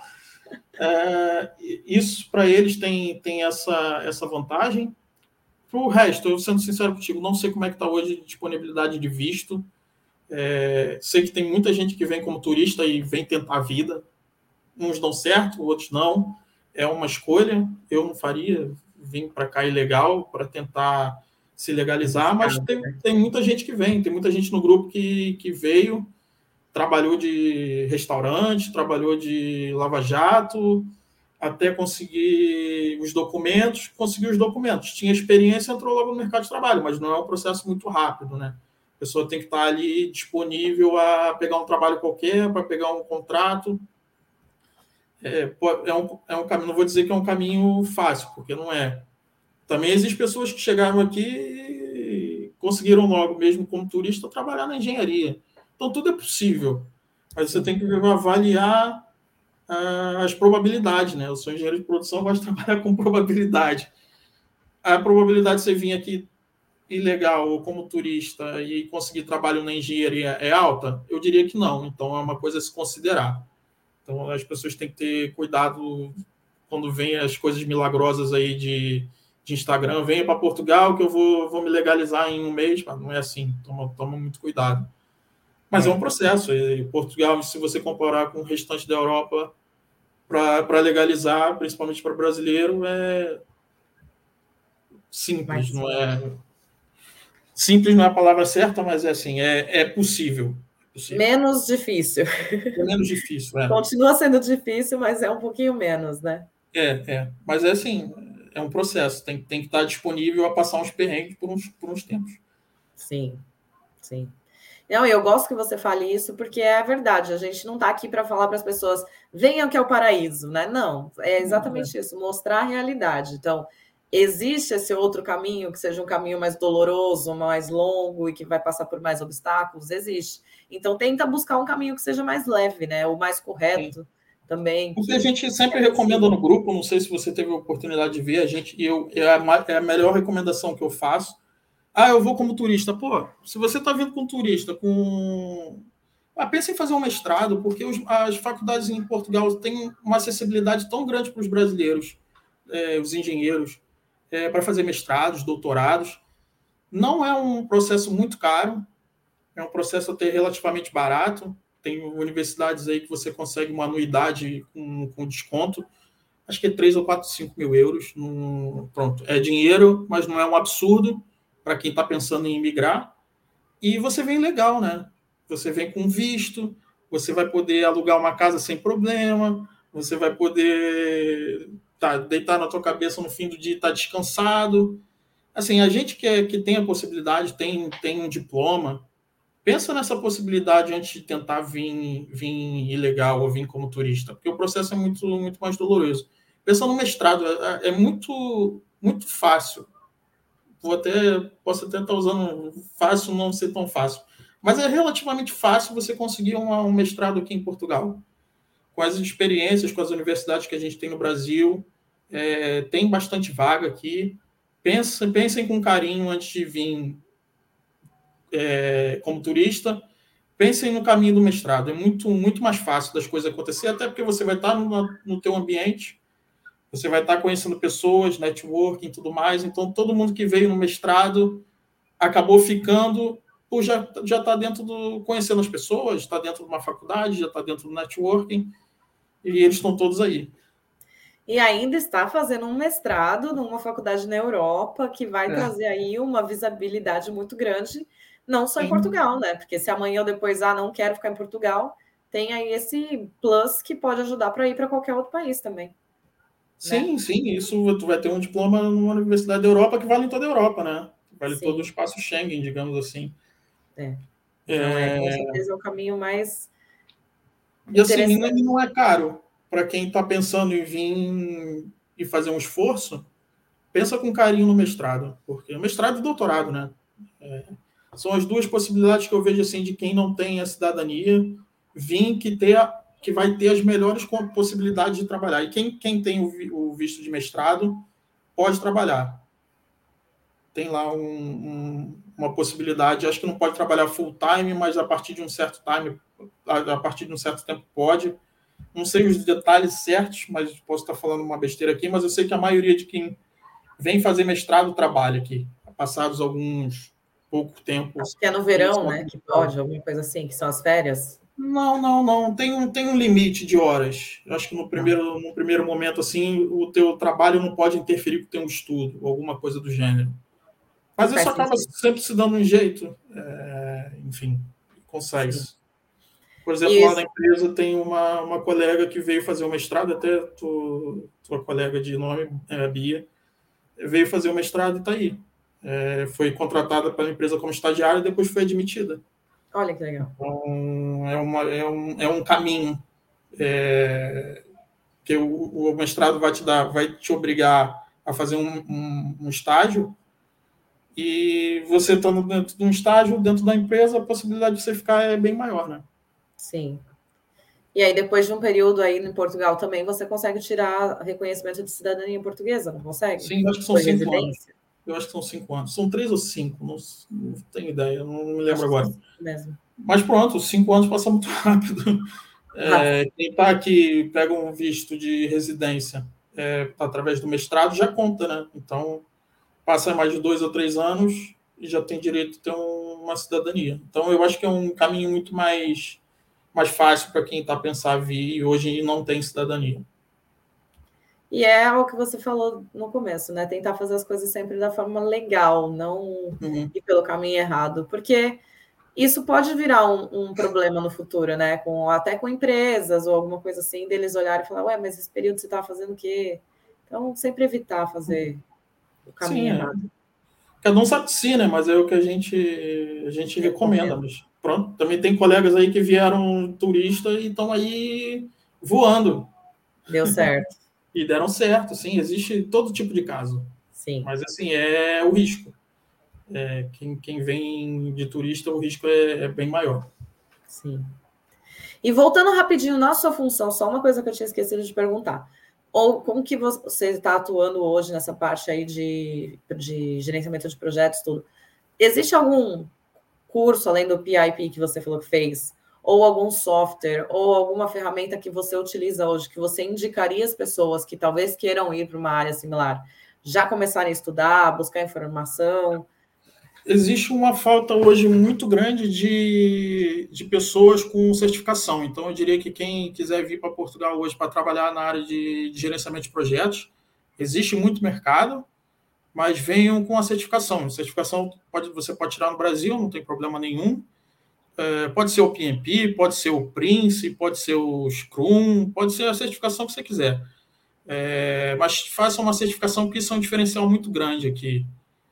É, isso para eles tem, tem essa, essa vantagem. Para o resto, eu sendo sincero contigo, não sei como é que está hoje a disponibilidade de visto. É, sei que tem muita gente que vem como turista e vem tentar a vida. Uns dão certo, outros não. É uma escolha. Eu não faria vir para cá ilegal para tentar se legalizar, mas tem, tem muita gente que vem. Tem muita gente no grupo que, que veio, trabalhou de restaurante, trabalhou de lava-jato, até conseguir os documentos, conseguiu os documentos. Tinha experiência, entrou logo no mercado de trabalho, mas não é um processo muito rápido, né? A pessoa tem que estar ali disponível a pegar um trabalho qualquer, para pegar um contrato. É, é, um, é um caminho, não vou dizer que é um caminho fácil, porque não é. Também existem pessoas que chegaram aqui e conseguiram logo, mesmo como turista, trabalhar na engenharia. Então, tudo é possível. Mas você tem que avaliar as probabilidades, né? Eu sou engenheiro de produção, gosto de trabalhar com probabilidade. A probabilidade de você vir aqui ilegal ou como turista e conseguir trabalho na engenharia é alta? Eu diria que não. Então, é uma coisa a se considerar. Então, as pessoas têm que ter cuidado quando vem as coisas milagrosas aí de, de Instagram. Venha para Portugal que eu vou, vou me legalizar em um mês. Mas não é assim. Toma, toma muito cuidado. Mas é, é um processo. E Portugal, se você comparar com o restante da Europa, para legalizar, principalmente para brasileiro, é simples, não é... Simples não é a palavra certa, mas é assim, é, é possível. possível. Menos difícil. É menos difícil, é. Continua sendo difícil, mas é um pouquinho menos, né? É, é. Mas é assim, é um processo. Tem, tem que estar disponível a passar uns perrengues por uns, por uns tempos. Sim, sim. Não, eu gosto que você fale isso, porque é verdade. A gente não está aqui para falar para as pessoas, venham que é o paraíso, né? Não, é exatamente isso, mostrar a realidade. Então, existe esse outro caminho, que seja um caminho mais doloroso, mais longo e que vai passar por mais obstáculos? Existe. Então, tenta buscar um caminho que seja mais leve, né? O mais correto. Sim. Também. O que a gente sempre é recomenda no grupo, não sei se você teve a oportunidade de ver, a gente, eu, é, a, é a melhor recomendação que eu faço. Ah, eu vou como turista. Pô, se você está vindo com turista, com... Ah, pensa em fazer um mestrado, porque os, as faculdades em Portugal têm uma acessibilidade tão grande para os brasileiros, é, os engenheiros, é, para fazer mestrados, doutorados. Não é um processo muito caro, é um processo até relativamente barato. Tem universidades aí que você consegue uma anuidade com, com desconto. Acho que é três ou quatro, cinco mil euros. No... Pronto, é dinheiro, mas não é um absurdo para quem está pensando em migrar. E você vem legal, né? Você vem com visto, você vai poder alugar uma casa sem problema, você vai poder tá, deitar na tua cabeça no fim do dia e estar tá descansado. Assim, a gente que, é, que tem a possibilidade, tem, tem um diploma, pensa nessa possibilidade antes de tentar vir, vir ilegal ou vir como turista, porque o processo é muito, muito mais doloroso. Pensa no mestrado, é, é muito, muito fácil. Vou até, posso até estar usando fácil, não ser tão fácil. Mas é relativamente fácil você conseguir um, um mestrado aqui em Portugal. Com as experiências, com as universidades que a gente tem no Brasil, é, tem bastante vaga aqui. Pensa, pensem com carinho antes de vir é, como turista. Pensem no caminho do mestrado. É muito, muito mais fácil das coisas acontecer, até porque você vai estar no, no teu ambiente, você vai estar conhecendo pessoas, networking e tudo mais. Então, todo mundo que veio no mestrado acabou ficando, por já já está dentro do... conhecendo as pessoas, está dentro de uma faculdade, já está dentro do networking, e eles estão todos aí. E ainda está fazendo um mestrado numa faculdade na Europa, que vai É. trazer aí uma visibilidade muito grande, não só em Sim. Portugal, né? Porque se amanhã ou depois, ah, não quero ficar em Portugal, tem aí esse plus que pode ajudar para ir para qualquer outro país também. Sim, Né? sim, isso tu vai ter um diploma numa universidade da Europa que vale em toda a Europa, né? Vale todo o Sim. espaço Schengen, digamos assim. É. Então, é, com É... certeza é o caminho mais E assim, não interessante. não é caro. Para quem está pensando em vir e fazer um esforço, pensa com carinho no mestrado, porque o mestrado e doutorado, né? É... São as duas possibilidades que eu vejo assim de quem não tem a cidadania vir que ter que vai ter as melhores possibilidades de trabalhar. E quem, quem tem o visto de mestrado pode trabalhar. Tem lá um, um, uma possibilidade, acho que não pode trabalhar full time, mas a partir de um certo time, a, a partir de um certo tempo pode. Não sei os detalhes certos, mas posso estar falando uma besteira aqui, mas eu sei que a maioria de quem vem fazer mestrado trabalha aqui, passados alguns pouco tempo Acho que é no verão, né? inicialmente. Que pode, alguma coisa assim, que são as férias. Não, não, não. Tem um, tem um limite de horas. Eu acho que no Não. primeiro, no primeiro momento, assim, o teu trabalho não pode interferir com o teu estudo, ou alguma coisa do gênero. Mas isso Faz acaba sentido. sempre se dando um jeito. É, enfim, consegue. Sim. Por exemplo, lá na Isso. empresa tem uma, uma colega que veio fazer o mestrado, até tu, tua colega de nome, é, a Bia, veio fazer o mestrado e está aí. É, foi contratada pela empresa como estagiária e depois foi admitida. Olha que legal. Então, é, uma, é, um, é um caminho é, que o, o mestrado vai te dar, vai te obrigar a fazer um, um, um estágio. E você estando dentro de um estágio, dentro da empresa, a possibilidade de você ficar é bem maior, né? Sim. E aí, depois de um período aí em Portugal também, você consegue tirar reconhecimento de cidadania portuguesa, não consegue? Sim, acho que são Por cinco anos. residência? Eu acho que são cinco anos. São três ou cinco, não, não tenho ideia, não me lembro Acho que agora. sim mesmo. Mas pronto, cinco anos passam muito rápido. É, quem está aqui, pega um visto de residência é, através do mestrado, já conta, né? Então, passa mais de dois ou três anos e já tem direito a ter um, uma cidadania. Então, eu acho que é um caminho muito mais, mais fácil para quem está a pensar vir e hoje não tem cidadania. E é o que você falou no começo, né? Tentar fazer as coisas sempre da forma legal, não Uhum. ir pelo caminho errado, porque isso pode virar um, um problema no futuro, né? Com, até com empresas ou alguma coisa assim, deles olharem e falar, ué, mas esse período você estava fazendo o quê? Então, sempre evitar fazer o Sim, caminho é. errado. Cada um sabe de si, né? Mas é o que a gente, a gente recomenda. Recomendo. Mas pronto, também tem colegas aí que vieram turista e estão aí voando. Deu certo. E deram certo, sim, existe todo tipo de caso. Sim. Mas assim, é o risco. É, quem, quem vem de turista, o risco é, é bem maior. Sim. E voltando rapidinho na sua função, só uma coisa que eu tinha esquecido de perguntar. Ou como que você está atuando hoje nessa parte aí de, de gerenciamento de projetos, tudo? Existe algum curso, além do P I P que você falou que fez, ou algum software, ou alguma ferramenta que você utiliza hoje, que você indicaria às pessoas que talvez queiram ir para uma área similar, já começarem a estudar, buscar informação? Existe uma falta hoje muito grande de, de pessoas com certificação. Então, eu diria que quem quiser vir para Portugal hoje para trabalhar na área de, de gerenciamento de projetos, existe muito mercado, mas venham com a certificação. A certificação pode, você pode tirar no Brasil, não tem problema nenhum. É, pode ser o P M P, pode ser o Prince, pode ser o Scrum, pode ser a certificação que você quiser. É, mas faça uma certificação, porque isso é um diferencial muito grande aqui.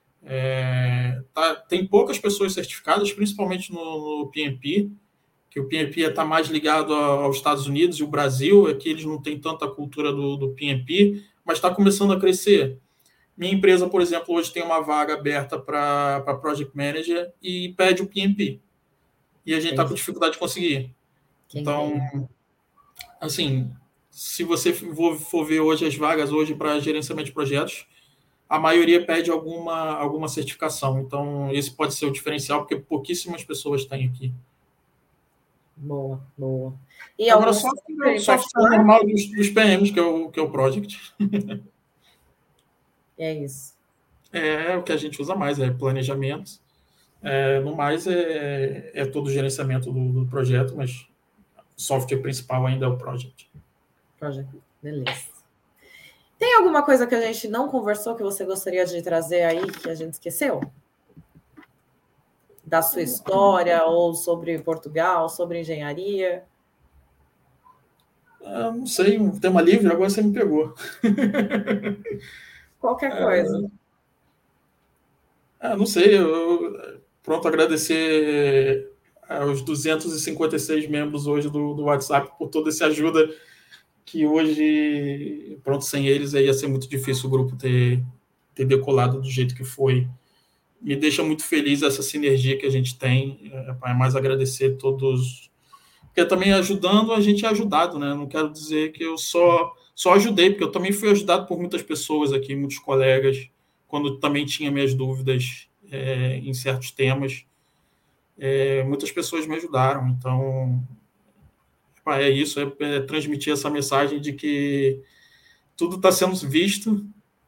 É, tá, tem poucas pessoas certificadas, principalmente no, no P M P, que o P M P está mais ligado aos Estados Unidos e o Brasil, aqui eles não têm tanta cultura do, do P M P, mas está começando a crescer. Minha empresa, por exemplo, hoje tem uma vaga aberta para Project Manager e pede o P M P. E a gente está com Entendi. dificuldade de conseguir. Quem Então, tem? assim, se você for ver hoje as vagas hoje para gerenciamento de projetos, a maioria pede alguma, alguma certificação. Então, esse pode ser o diferencial, porque pouquíssimas pessoas têm aqui. Boa, boa. E Agora, algum só software o em software particular? normal dos, dos P Ms, que é, o, que é o Project. É isso. É o que a gente usa mais, é planejamento. É, no mais, é, é todo o gerenciamento do, do projeto, mas o software principal ainda é o Project. Project. Beleza. Tem alguma coisa que a gente não conversou que você gostaria de trazer aí que a gente esqueceu? Da sua história, ou sobre Portugal, sobre engenharia? Ah, não sei, um tema livre, agora você me pegou. Qualquer coisa. Ah, não sei, eu, pronto, agradecer aos duzentos e cinquenta e seis membros hoje do, do WhatsApp por toda essa ajuda, que hoje, pronto, sem eles aí ia ser muito difícil o grupo ter, ter decolado do jeito que foi. Me deixa muito feliz essa sinergia que a gente tem, é mais agradecer todos, porque também ajudando, a gente é ajudado, né? Não quero dizer que eu só, só ajudei, porque eu também fui ajudado por muitas pessoas aqui, muitos colegas, quando também tinha minhas dúvidas é, em certos temas. É, muitas pessoas me ajudaram, então é isso, é, é transmitir essa mensagem de que tudo está sendo visto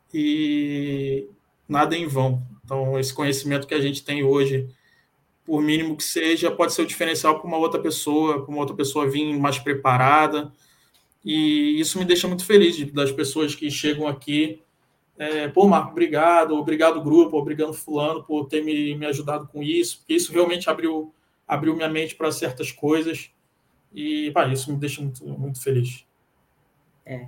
e nada é em vão. Então, esse conhecimento que a gente tem hoje, por mínimo que seja, pode ser o diferencial para uma outra pessoa, para uma outra pessoa vir mais preparada. E isso me deixa muito feliz de, das pessoas que chegam aqui. É, Pô, Marco, obrigado, obrigado grupo, obrigado fulano por ter me, me ajudado com isso, porque isso realmente abriu, abriu minha mente para certas coisas. E pá, isso me deixa muito, muito feliz. É.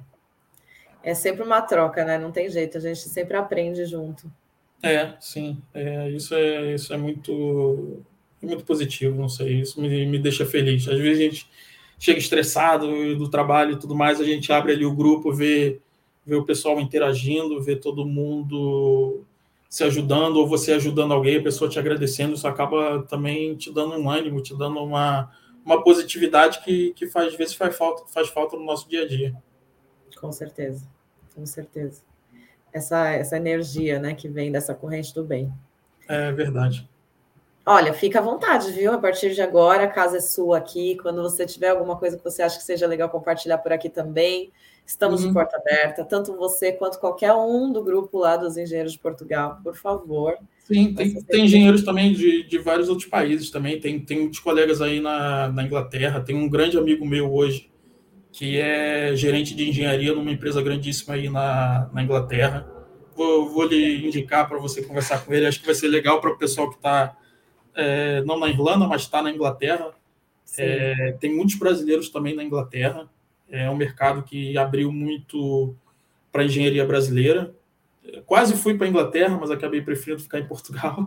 É sempre uma troca, né? Não tem jeito, a gente sempre aprende junto. É, sim. É, isso é, isso é muito, muito positivo, não sei. Isso me, me deixa feliz. Às vezes a gente chega estressado do trabalho e tudo mais, a gente abre ali o grupo, vê, vê o pessoal interagindo, vê todo mundo se ajudando, ou você ajudando alguém, a pessoa te agradecendo, isso acaba também te dando um ânimo, te dando uma, uma positividade que, que faz, às vezes faz falta, faz falta no nosso dia a dia. Com certeza, com certeza. Essa, essa energia, né, que vem dessa corrente do bem. É verdade. Olha, fica à vontade, viu? A partir de agora, a casa é sua aqui. Quando você tiver alguma coisa que você acha que seja legal compartilhar por aqui também, estamos de Uhum. porta aberta, tanto você quanto qualquer um do grupo lá dos Engenheiros de Portugal, por favor. Sim, Vai ser tem, tem sempre bem. engenheiros também de, de vários outros países também. Tem, tem muitos colegas aí na, na Inglaterra. Tem um grande amigo meu hoje que é gerente de engenharia numa empresa grandíssima aí na, na Inglaterra. Vou, vou lhe indicar para você conversar com ele. Acho que vai ser legal para o pessoal que está, é, não na Irlanda, mas está na Inglaterra. Sim. É, tem muitos brasileiros também na Inglaterra. É um mercado que abriu muito para a engenharia brasileira. Quase fui para a Inglaterra, mas acabei preferindo ficar em Portugal.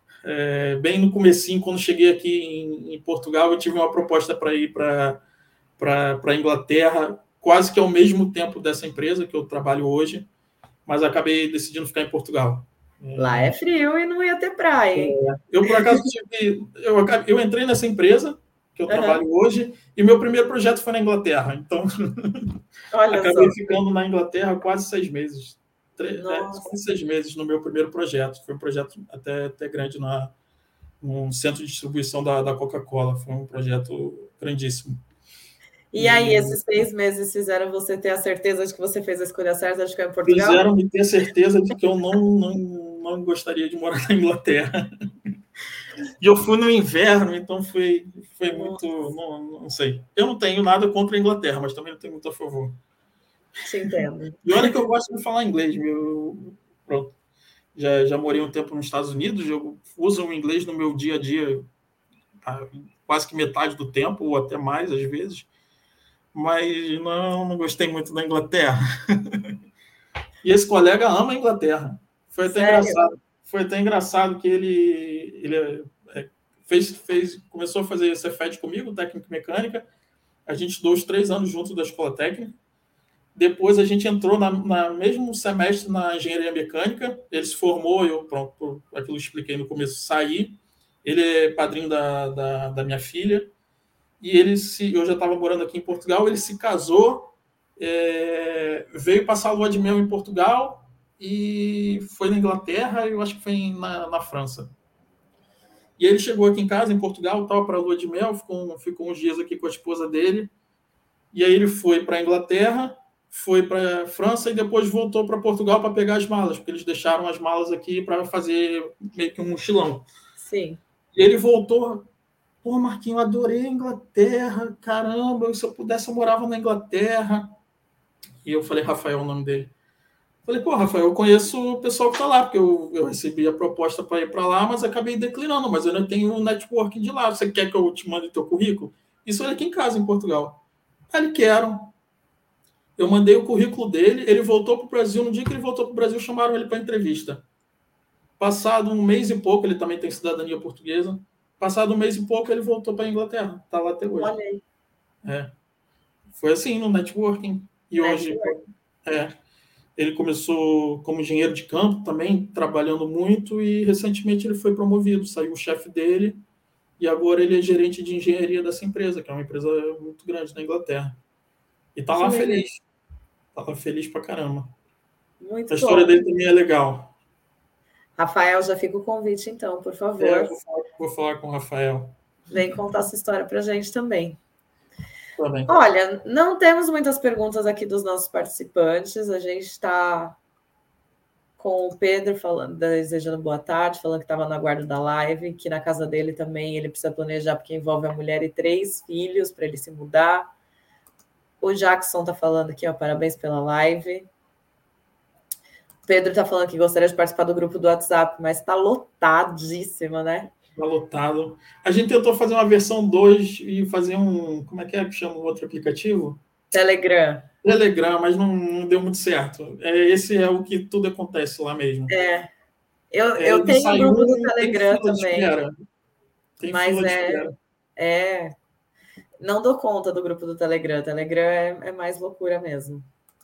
É, bem no comecinho, quando cheguei aqui em, em Portugal, eu tive uma proposta para ir para a Inglaterra, quase que ao mesmo tempo dessa empresa que eu trabalho hoje, mas acabei decidindo ficar em Portugal. Lá é frio e não ia ter praia, hein? É, eu, por acaso, tive, eu, eu entrei nessa empresa que eu Uhum. trabalho hoje, e meu primeiro projeto foi na Inglaterra. Então, Olha acabei só. ficando na Inglaterra quase seis meses. Três, é, Nossa. quase seis meses no meu primeiro projeto. Foi um projeto até, até grande na, num centro de distribuição da, da Coca-Cola. Foi um projeto grandíssimo. E aí, E esses seis meses fizeram você ter a certeza de que você fez a escolha certa de ficar em Portugal? fizeram me ter certeza de que eu não, não, não gostaria de morar na Inglaterra. E eu fui no inverno, então foi, foi muito. Não, não sei. Eu não tenho nada contra a Inglaterra, mas também não tenho muito a favor. Te entendo. E olha que eu gosto de falar inglês, meu. Pronto. Já, já morei um tempo nos Estados Unidos, eu uso o inglês no meu dia a dia quase que metade do tempo, ou até mais às vezes, mas não, não gostei muito da Inglaterra. E esse colega ama a Inglaterra. Foi até Sério? engraçado. Foi até engraçado que ele, ele é, fez, fez, começou a fazer Cefet comigo, técnica mecânica. A gente estudou os três anos juntos da escola técnica. Depois a gente entrou na, na mesmo semestre na engenharia mecânica. Ele se formou, eu, pronto, aquilo que eu expliquei no começo, saí. Ele é padrinho da, da, da minha filha. E ele se, eu já estava morando aqui em Portugal. Ele se casou, é, veio passar a lua de mel em Portugal e foi na Inglaterra. Eu acho que foi na, na França. E ele chegou aqui em casa, em Portugal, estava para a lua de mel, ficou, ficou uns dias aqui com a esposa dele. E aí ele foi para a Inglaterra, foi para a França e depois voltou para Portugal para pegar as malas, porque eles deixaram as malas aqui para fazer meio que um mochilão. Sim. E ele voltou. Pô, Marquinhos, adorei a Inglaterra, caramba, se eu pudesse eu morava na Inglaterra. E eu falei, Rafael, o nome dele. Falei, pô, Rafael, eu conheço o pessoal que está lá, porque eu, eu recebi a proposta para ir para lá, mas acabei declinando, mas eu ainda tenho um networking de lá. Você quer que eu te mande teu currículo? Isso é aqui em casa, em Portugal. Aí ele quer. Eu mandei o currículo dele, ele voltou para o Brasil. No dia que ele voltou para o Brasil, chamaram ele para entrevista. Passado um mês e pouco, ele também tem cidadania portuguesa. Passado um mês e pouco, ele voltou para a Inglaterra. Está lá até hoje. Olha aí. É. Foi assim, no networking. E hoje, Network. é, ele começou como engenheiro de campo também, trabalhando muito, e recentemente ele foi promovido. Saiu o chefe dele, e agora ele é gerente de engenharia dessa empresa, que é uma empresa muito grande na Inglaterra. E tá Que lá legal. feliz. Tá lá feliz pra caramba. Muito A história bom. dele também é legal. Rafael, já fica o convite, então, por É, favor. vou falar, vou falar com o Rafael. Vem contar essa história para a gente também. Tá bem. Olha, não temos muitas perguntas aqui dos nossos participantes. A gente está com o Pedro falando, desejando boa tarde, falando que estava na guarda da live, que na casa dele também ele precisa planejar, porque envolve a mulher e três filhos para ele se mudar. O Jackson está falando aqui, ó, parabéns pela live. O Pedro está falando que gostaria de participar do grupo do WhatsApp, mas está lotadíssima, né? Tá lotado. A gente tentou fazer uma versão dois e fazer um. Como é que é que chama o outro aplicativo? Telegram. Telegram, mas não, não deu muito certo. É, esse é o que tudo acontece lá mesmo. É. Eu, É, eu ele tenho um sai grupo do um, tem Telegram fila de também, espera. Tem mas fila de é, espera. é. Não dou conta do grupo do Telegram. Telegram é, é mais loucura mesmo.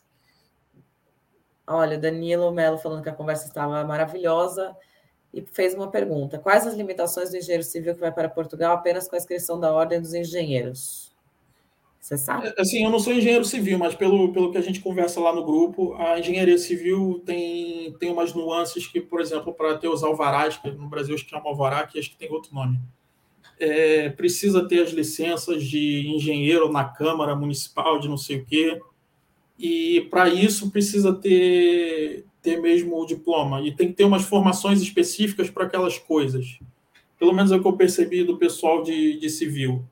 Olha, Danilo Melo falando que a conversa estava maravilhosa e fez uma pergunta: quais as limitações do engenheiro civil que vai para Portugal apenas com a inscrição da Ordem dos Engenheiros? Você sabe? Assim, eu não sou engenheiro civil, mas pelo, pelo que a gente conversa lá no grupo, a engenharia civil tem, tem umas nuances que, por exemplo, para ter os alvarás, que no Brasil acho que chama alvará, que acho que tem outro nome, é, precisa ter as licenças de engenheiro na Câmara Municipal de não sei o quê, e para isso precisa ter, ter mesmo o diploma, e tem que ter umas formações específicas para aquelas coisas. Pelo menos é o que eu percebi do pessoal de, de civil.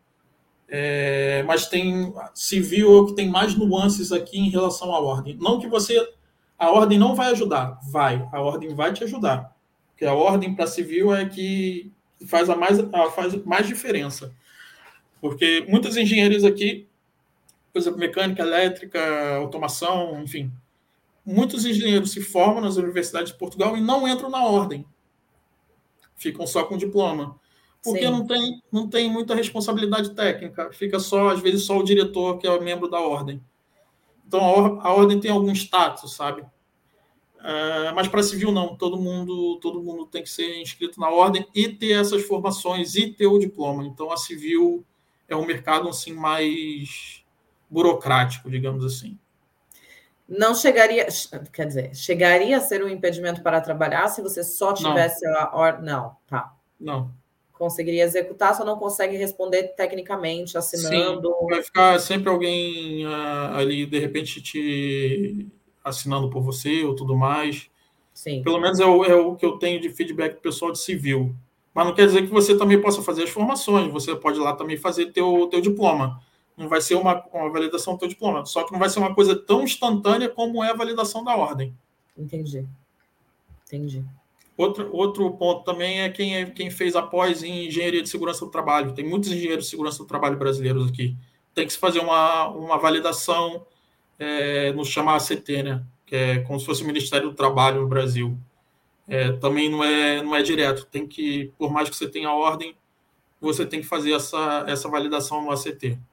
É, mas tem civil é o que tem mais nuances aqui em relação à ordem. Não que você. A ordem não vai ajudar, vai. A ordem vai te ajudar. Porque a ordem para civil é que faz, a mais, a, faz mais diferença. Porque muitas engenharias aqui, por exemplo, mecânica, elétrica, automação, enfim, muitos engenheiros se formam nas universidades de Portugal e não entram na ordem. Ficam só com diploma. Porque Sim. não tem, não tem muita responsabilidade técnica. Fica só, às vezes, só o diretor que é membro da ordem. Então, a, or, a ordem tem algum status, sabe? É, mas para civil, não. Todo mundo, todo mundo tem que ser inscrito na ordem e ter essas formações e ter o diploma. Então, a civil é um mercado, assim, mais burocrático, digamos assim. Não chegaria, quer dizer, chegaria a ser um impedimento para trabalhar se você só tivesse não. a ordem. Não, tá. Não. Conseguiria executar, só não consegue responder tecnicamente, assinando. Sim, vai ficar sempre alguém uh, ali, de repente, te assinando por você ou tudo mais. Sim. Pelo menos é o, é o que eu tenho de feedback do pessoal de civil. Mas não quer dizer que você também possa fazer as formações. Você pode ir lá também fazer teu, teu diploma. Não vai ser uma, uma validação do teu diploma. Só que não vai ser uma coisa tão instantânea como é a validação da ordem. Entendi. Entendi. Outro, outro ponto também é quem, é quem fez a pós em engenharia de segurança do trabalho. Tem muitos engenheiros de segurança do trabalho brasileiros aqui. Tem que se fazer uma, uma validação é, no chamar A C T, né? Que é como se fosse o Ministério do Trabalho no Brasil. É, também não é, não é direto. Tem que, por mais que você tenha a ordem, você tem que fazer essa, essa validação no A C T.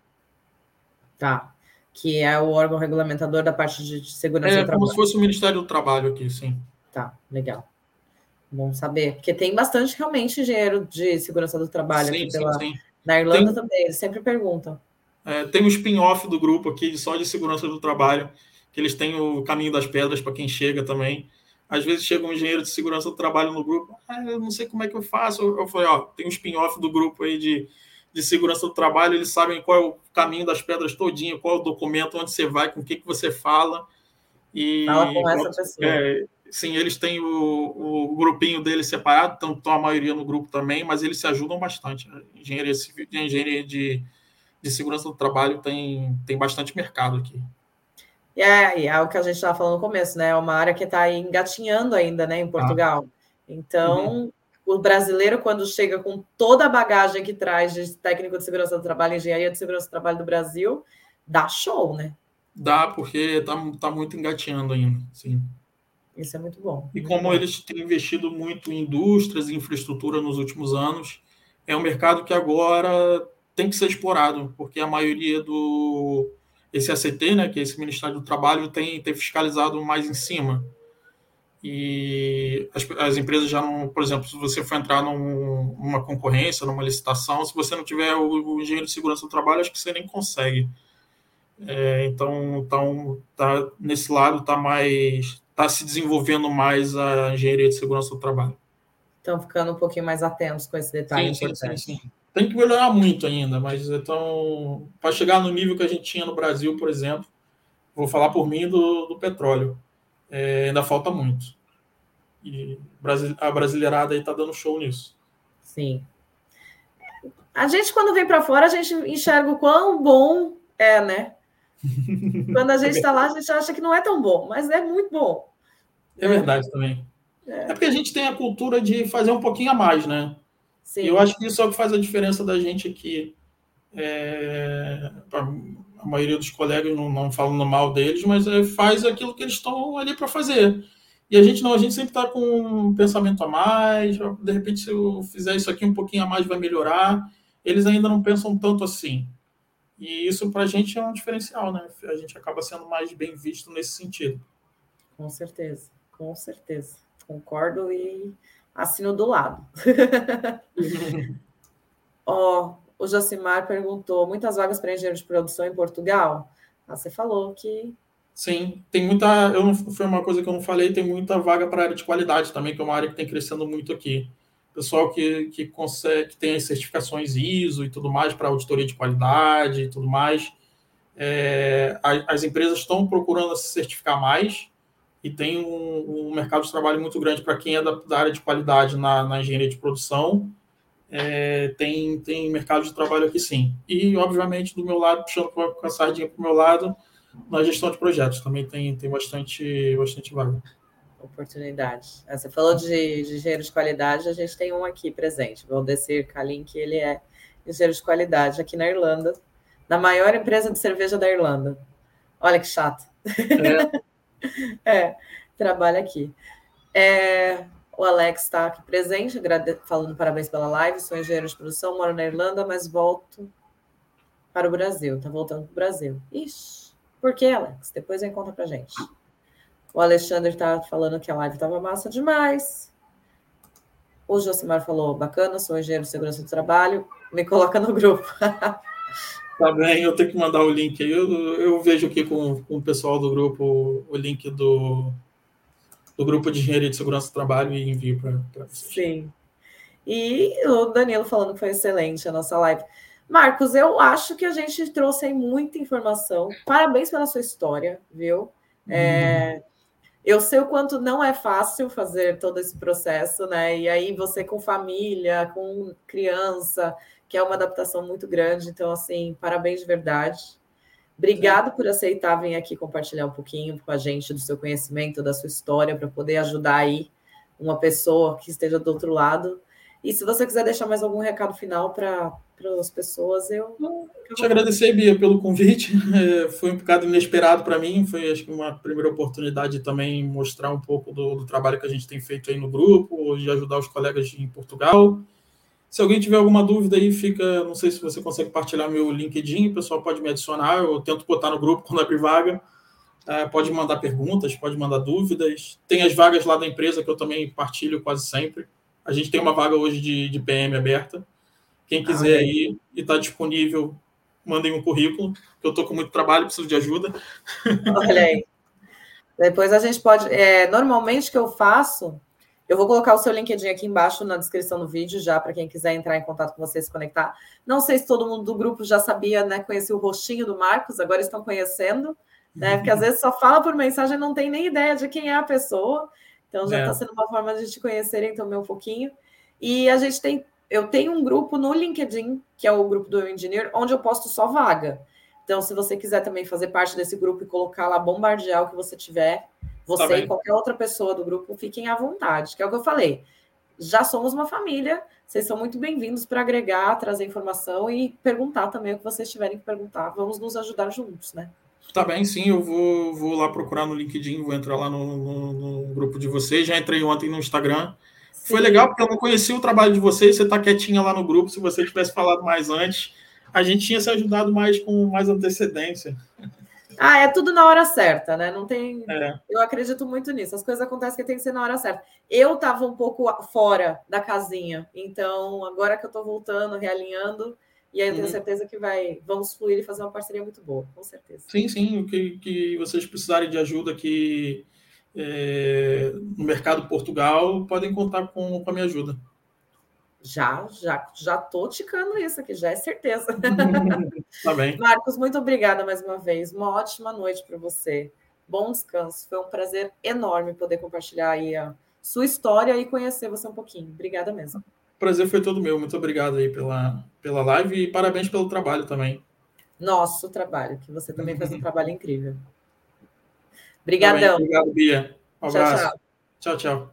Tá. Que é o órgão regulamentador da parte de segurança é, do trabalho. É como se fosse o Ministério do Trabalho aqui, sim. Tá, legal. Bom saber, porque tem bastante realmente engenheiro de segurança do trabalho sim, aqui pela... sim, sim. Na Irlanda tem, também, eles sempre perguntam. É, tem um spin-off do grupo aqui só de segurança do trabalho, que eles têm o caminho das pedras para quem chega também. Às vezes chega um engenheiro de segurança do trabalho no grupo, ah, eu não sei como é que eu faço. Eu falei, ó, tem um spin-off do grupo aí de, de segurança do trabalho, eles sabem qual é o caminho das pedras todinho, qual é o documento, onde você vai, com o que, que você fala. E, fala com essa pessoa. É, sim, eles têm o, o grupinho deles separado, estão a maioria no grupo também, mas eles se ajudam bastante. A engenharia civil, engenharia de, de segurança do trabalho tem, tem bastante mercado aqui. E é, e é o que a gente estava falando no começo, né? É uma área que está engatinhando ainda, né, em Portugal. Ah. Então, uhum. o brasileiro, quando chega com toda a bagagem que traz de técnico de segurança do trabalho, engenharia de segurança do trabalho do Brasil, dá show, né? Dá, porque está tá muito engatinhando ainda, sim. Isso é muito bom. E muito como bom. eles têm investido muito em indústrias e infraestrutura nos últimos anos, é um mercado que agora tem que ser explorado, porque a maioria do... Esse A C T, né, que é esse Ministério do Trabalho, tem, tem fiscalizado mais em cima. E as, as empresas já não... Por exemplo, se você for entrar num, numa concorrência, numa licitação, se você não tiver o, o engenheiro de segurança do trabalho, acho que você nem consegue. É, então, então tá, nesse lado está mais... Está se desenvolvendo mais a engenharia de segurança do trabalho. Estão ficando um pouquinho mais atentos com esse detalhe sim, importante. Sim, sim, sim. Tem que melhorar muito ainda, mas então, para chegar no nível que a gente tinha no Brasil, por exemplo, vou falar por mim do, do petróleo, é, ainda falta muito. E a brasileirada aí está dando show nisso. Sim. A gente, quando vem para fora, a gente enxerga o quão bom é, né? Quando a gente está lá, a gente acha que não é tão bom, mas é muito bom. É né? Verdade também. É. é porque a gente tem a cultura de fazer um pouquinho a mais, né? Sim. E eu acho que isso é o que faz a diferença da gente aqui. É... A maioria dos colegas, não, não falando mal deles, mas é, faz aquilo que eles estão ali para fazer. E a gente não, a gente sempre está com um pensamento a mais, de repente se eu fizer isso aqui um pouquinho a mais vai melhorar. Eles ainda não pensam tanto assim. E isso para a gente é um diferencial, né? A gente acaba sendo mais bem visto nesse sentido. Com certeza, com certeza. Concordo e assino do lado. Ó, oh, o Josimar perguntou, muitas vagas para engenheiro de produção em Portugal? Ah, você falou que... Sim, tem muita... Eu não, foi uma coisa que eu não falei, tem muita vaga para a área de qualidade também, que é uma área que tem crescendo muito aqui. Pessoal que, que consegue, que tem as certificações I S O e tudo mais para auditoria de qualidade e tudo mais. É, as empresas estão procurando se certificar mais e tem um, um mercado de trabalho muito grande para quem é da, da área de qualidade na, na engenharia de produção. É, tem, tem mercado de trabalho aqui sim. E, obviamente, do meu lado, puxando com a sardinha para o meu lado, na gestão de projetos também tem, tem bastante, bastante vaga. Oportunidade. Você falou de, de engenheiro de qualidade, a gente tem um aqui presente, o Valdecir Kalim, que ele é engenheiro de qualidade aqui na Irlanda, na maior empresa de cerveja da Irlanda. Olha que chato. É, é trabalha aqui. É, o Alex está aqui presente, falando parabéns pela live, sou engenheiro de produção, moro na Irlanda, mas volto para o Brasil. Está voltando para o Brasil. Ixi, por que, Alex? Depois vem conta para gente. O Alexandre está falando que a live estava massa demais. O Josimar falou, bacana, sou engenheiro de segurança do trabalho, me coloca no grupo. Tá bem, eu tenho que mandar o link aí. Eu, eu vejo aqui com, com o pessoal do grupo o link do, do grupo de engenharia de segurança do trabalho e envio para vocês. Sim. E o Danilo falando que foi excelente a nossa live. Marcos, eu acho que a gente trouxe aí muita informação. Parabéns pela sua história, viu? Hum. É, eu sei o quanto não é fácil fazer todo esse processo, né? E aí você com família, com criança, que é uma adaptação muito grande. Então, assim, parabéns de verdade. Obrigado por aceitar vir aqui compartilhar um pouquinho com a gente do seu conhecimento, da sua história, para poder ajudar aí uma pessoa que esteja do outro lado. E se você quiser deixar mais algum recado final para as pessoas, eu... eu te agradecer, Bia, pelo convite. É, foi um bocado inesperado para mim. Foi, acho que, uma primeira oportunidade de também mostrar um pouco do, do trabalho que a gente tem feito aí no grupo, de ajudar os colegas em Portugal. Se alguém tiver alguma dúvida aí, fica... Não sei se você consegue partilhar meu LinkedIn, o pessoal pode me adicionar. Eu tento botar no grupo quando abrir vaga. É, pode mandar perguntas, pode mandar dúvidas. Tem as vagas lá da empresa que eu também partilho quase sempre. A gente tem uma vaga hoje de, de P M aberta. Quem quiser ah, ir e está disponível, mandem um currículo, que eu estou com muito trabalho, preciso de ajuda. Olha aí. Depois a gente pode... É, normalmente o que eu faço, eu vou colocar o seu LinkedIn aqui embaixo na descrição do vídeo, já para quem quiser entrar em contato com você, se conectar. Não sei se todo mundo do grupo já sabia, né? Conhecia o rostinho do Marcos, agora estão conhecendo, né? Porque às vezes só fala por mensagem e não tem nem ideia de quem é a pessoa. Então já está é. sendo uma forma de te conhecerem também um pouquinho. E a gente tem... Eu tenho um grupo no LinkedIn, que é o grupo do Engineer, onde eu posto só vaga. Então, se você quiser também fazer parte desse grupo e colocar lá, bombardear o que você tiver, você Tá e bem. qualquer outra pessoa do grupo, fiquem à vontade, que é o que eu falei. Já somos uma família, vocês são muito bem-vindos para agregar, trazer informação e perguntar também o que vocês tiverem que perguntar. Vamos nos ajudar juntos, né? Tá bem, sim, eu vou, vou lá procurar no LinkedIn, vou entrar lá no, no, no grupo de vocês. Já entrei ontem no Instagram. Foi Sim. legal, porque eu não conhecia o trabalho de vocês, você está quietinha lá no grupo. Se você tivesse falado mais antes, a gente tinha se ajudado mais com mais antecedência. Ah, é tudo na hora certa, né? Não tem. É. Eu acredito muito nisso. As coisas acontecem que tem que ser na hora certa. Eu estava um pouco fora da casinha, então agora que eu estou voltando, realinhando, e aí eu tenho Uhum. certeza que vai, vamos fluir e fazer uma parceria muito boa, com certeza. Sim, sim, o que, que vocês precisarem de ajuda aqui é, no mercado Portugal, podem contar com, com a minha ajuda. Já, já, já tô ticando isso aqui, já é certeza. Tá bem. Marcos, muito obrigada mais uma vez. Uma ótima noite para você. Bom descanso. Foi um prazer enorme poder compartilhar aí a sua história e conhecer você um pouquinho. Obrigada mesmo. O prazer foi todo meu. Muito obrigado aí pela, pela live e parabéns pelo trabalho também. Nosso trabalho, que você também faz um trabalho incrível. Obrigadão. Obrigadão. Tá obrigado, Bia. Um Tchau, abraço. tchau. Tchau, tchau.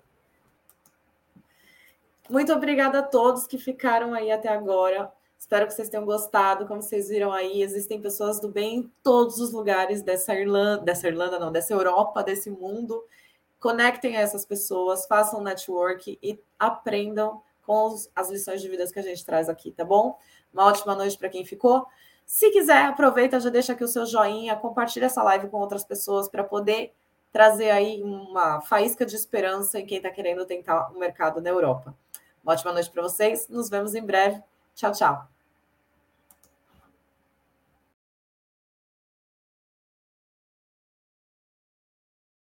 Muito obrigada a todos que ficaram aí até agora. Espero que vocês tenham gostado. Como vocês viram aí, existem pessoas do bem em todos os lugares dessa Irlanda, dessa Irlanda não, dessa Europa, desse mundo. Conectem a essas pessoas, façam network e aprendam com os, as lições de vida que a gente traz aqui, tá bom? Uma ótima noite para quem ficou. Se quiser, aproveita, já deixa aqui o seu joinha, compartilha essa live com outras pessoas para poder trazer aí uma faísca de esperança em quem está querendo tentar o mercado na Europa. Uma ótima noite para vocês. Nos vemos em breve. Tchau, tchau.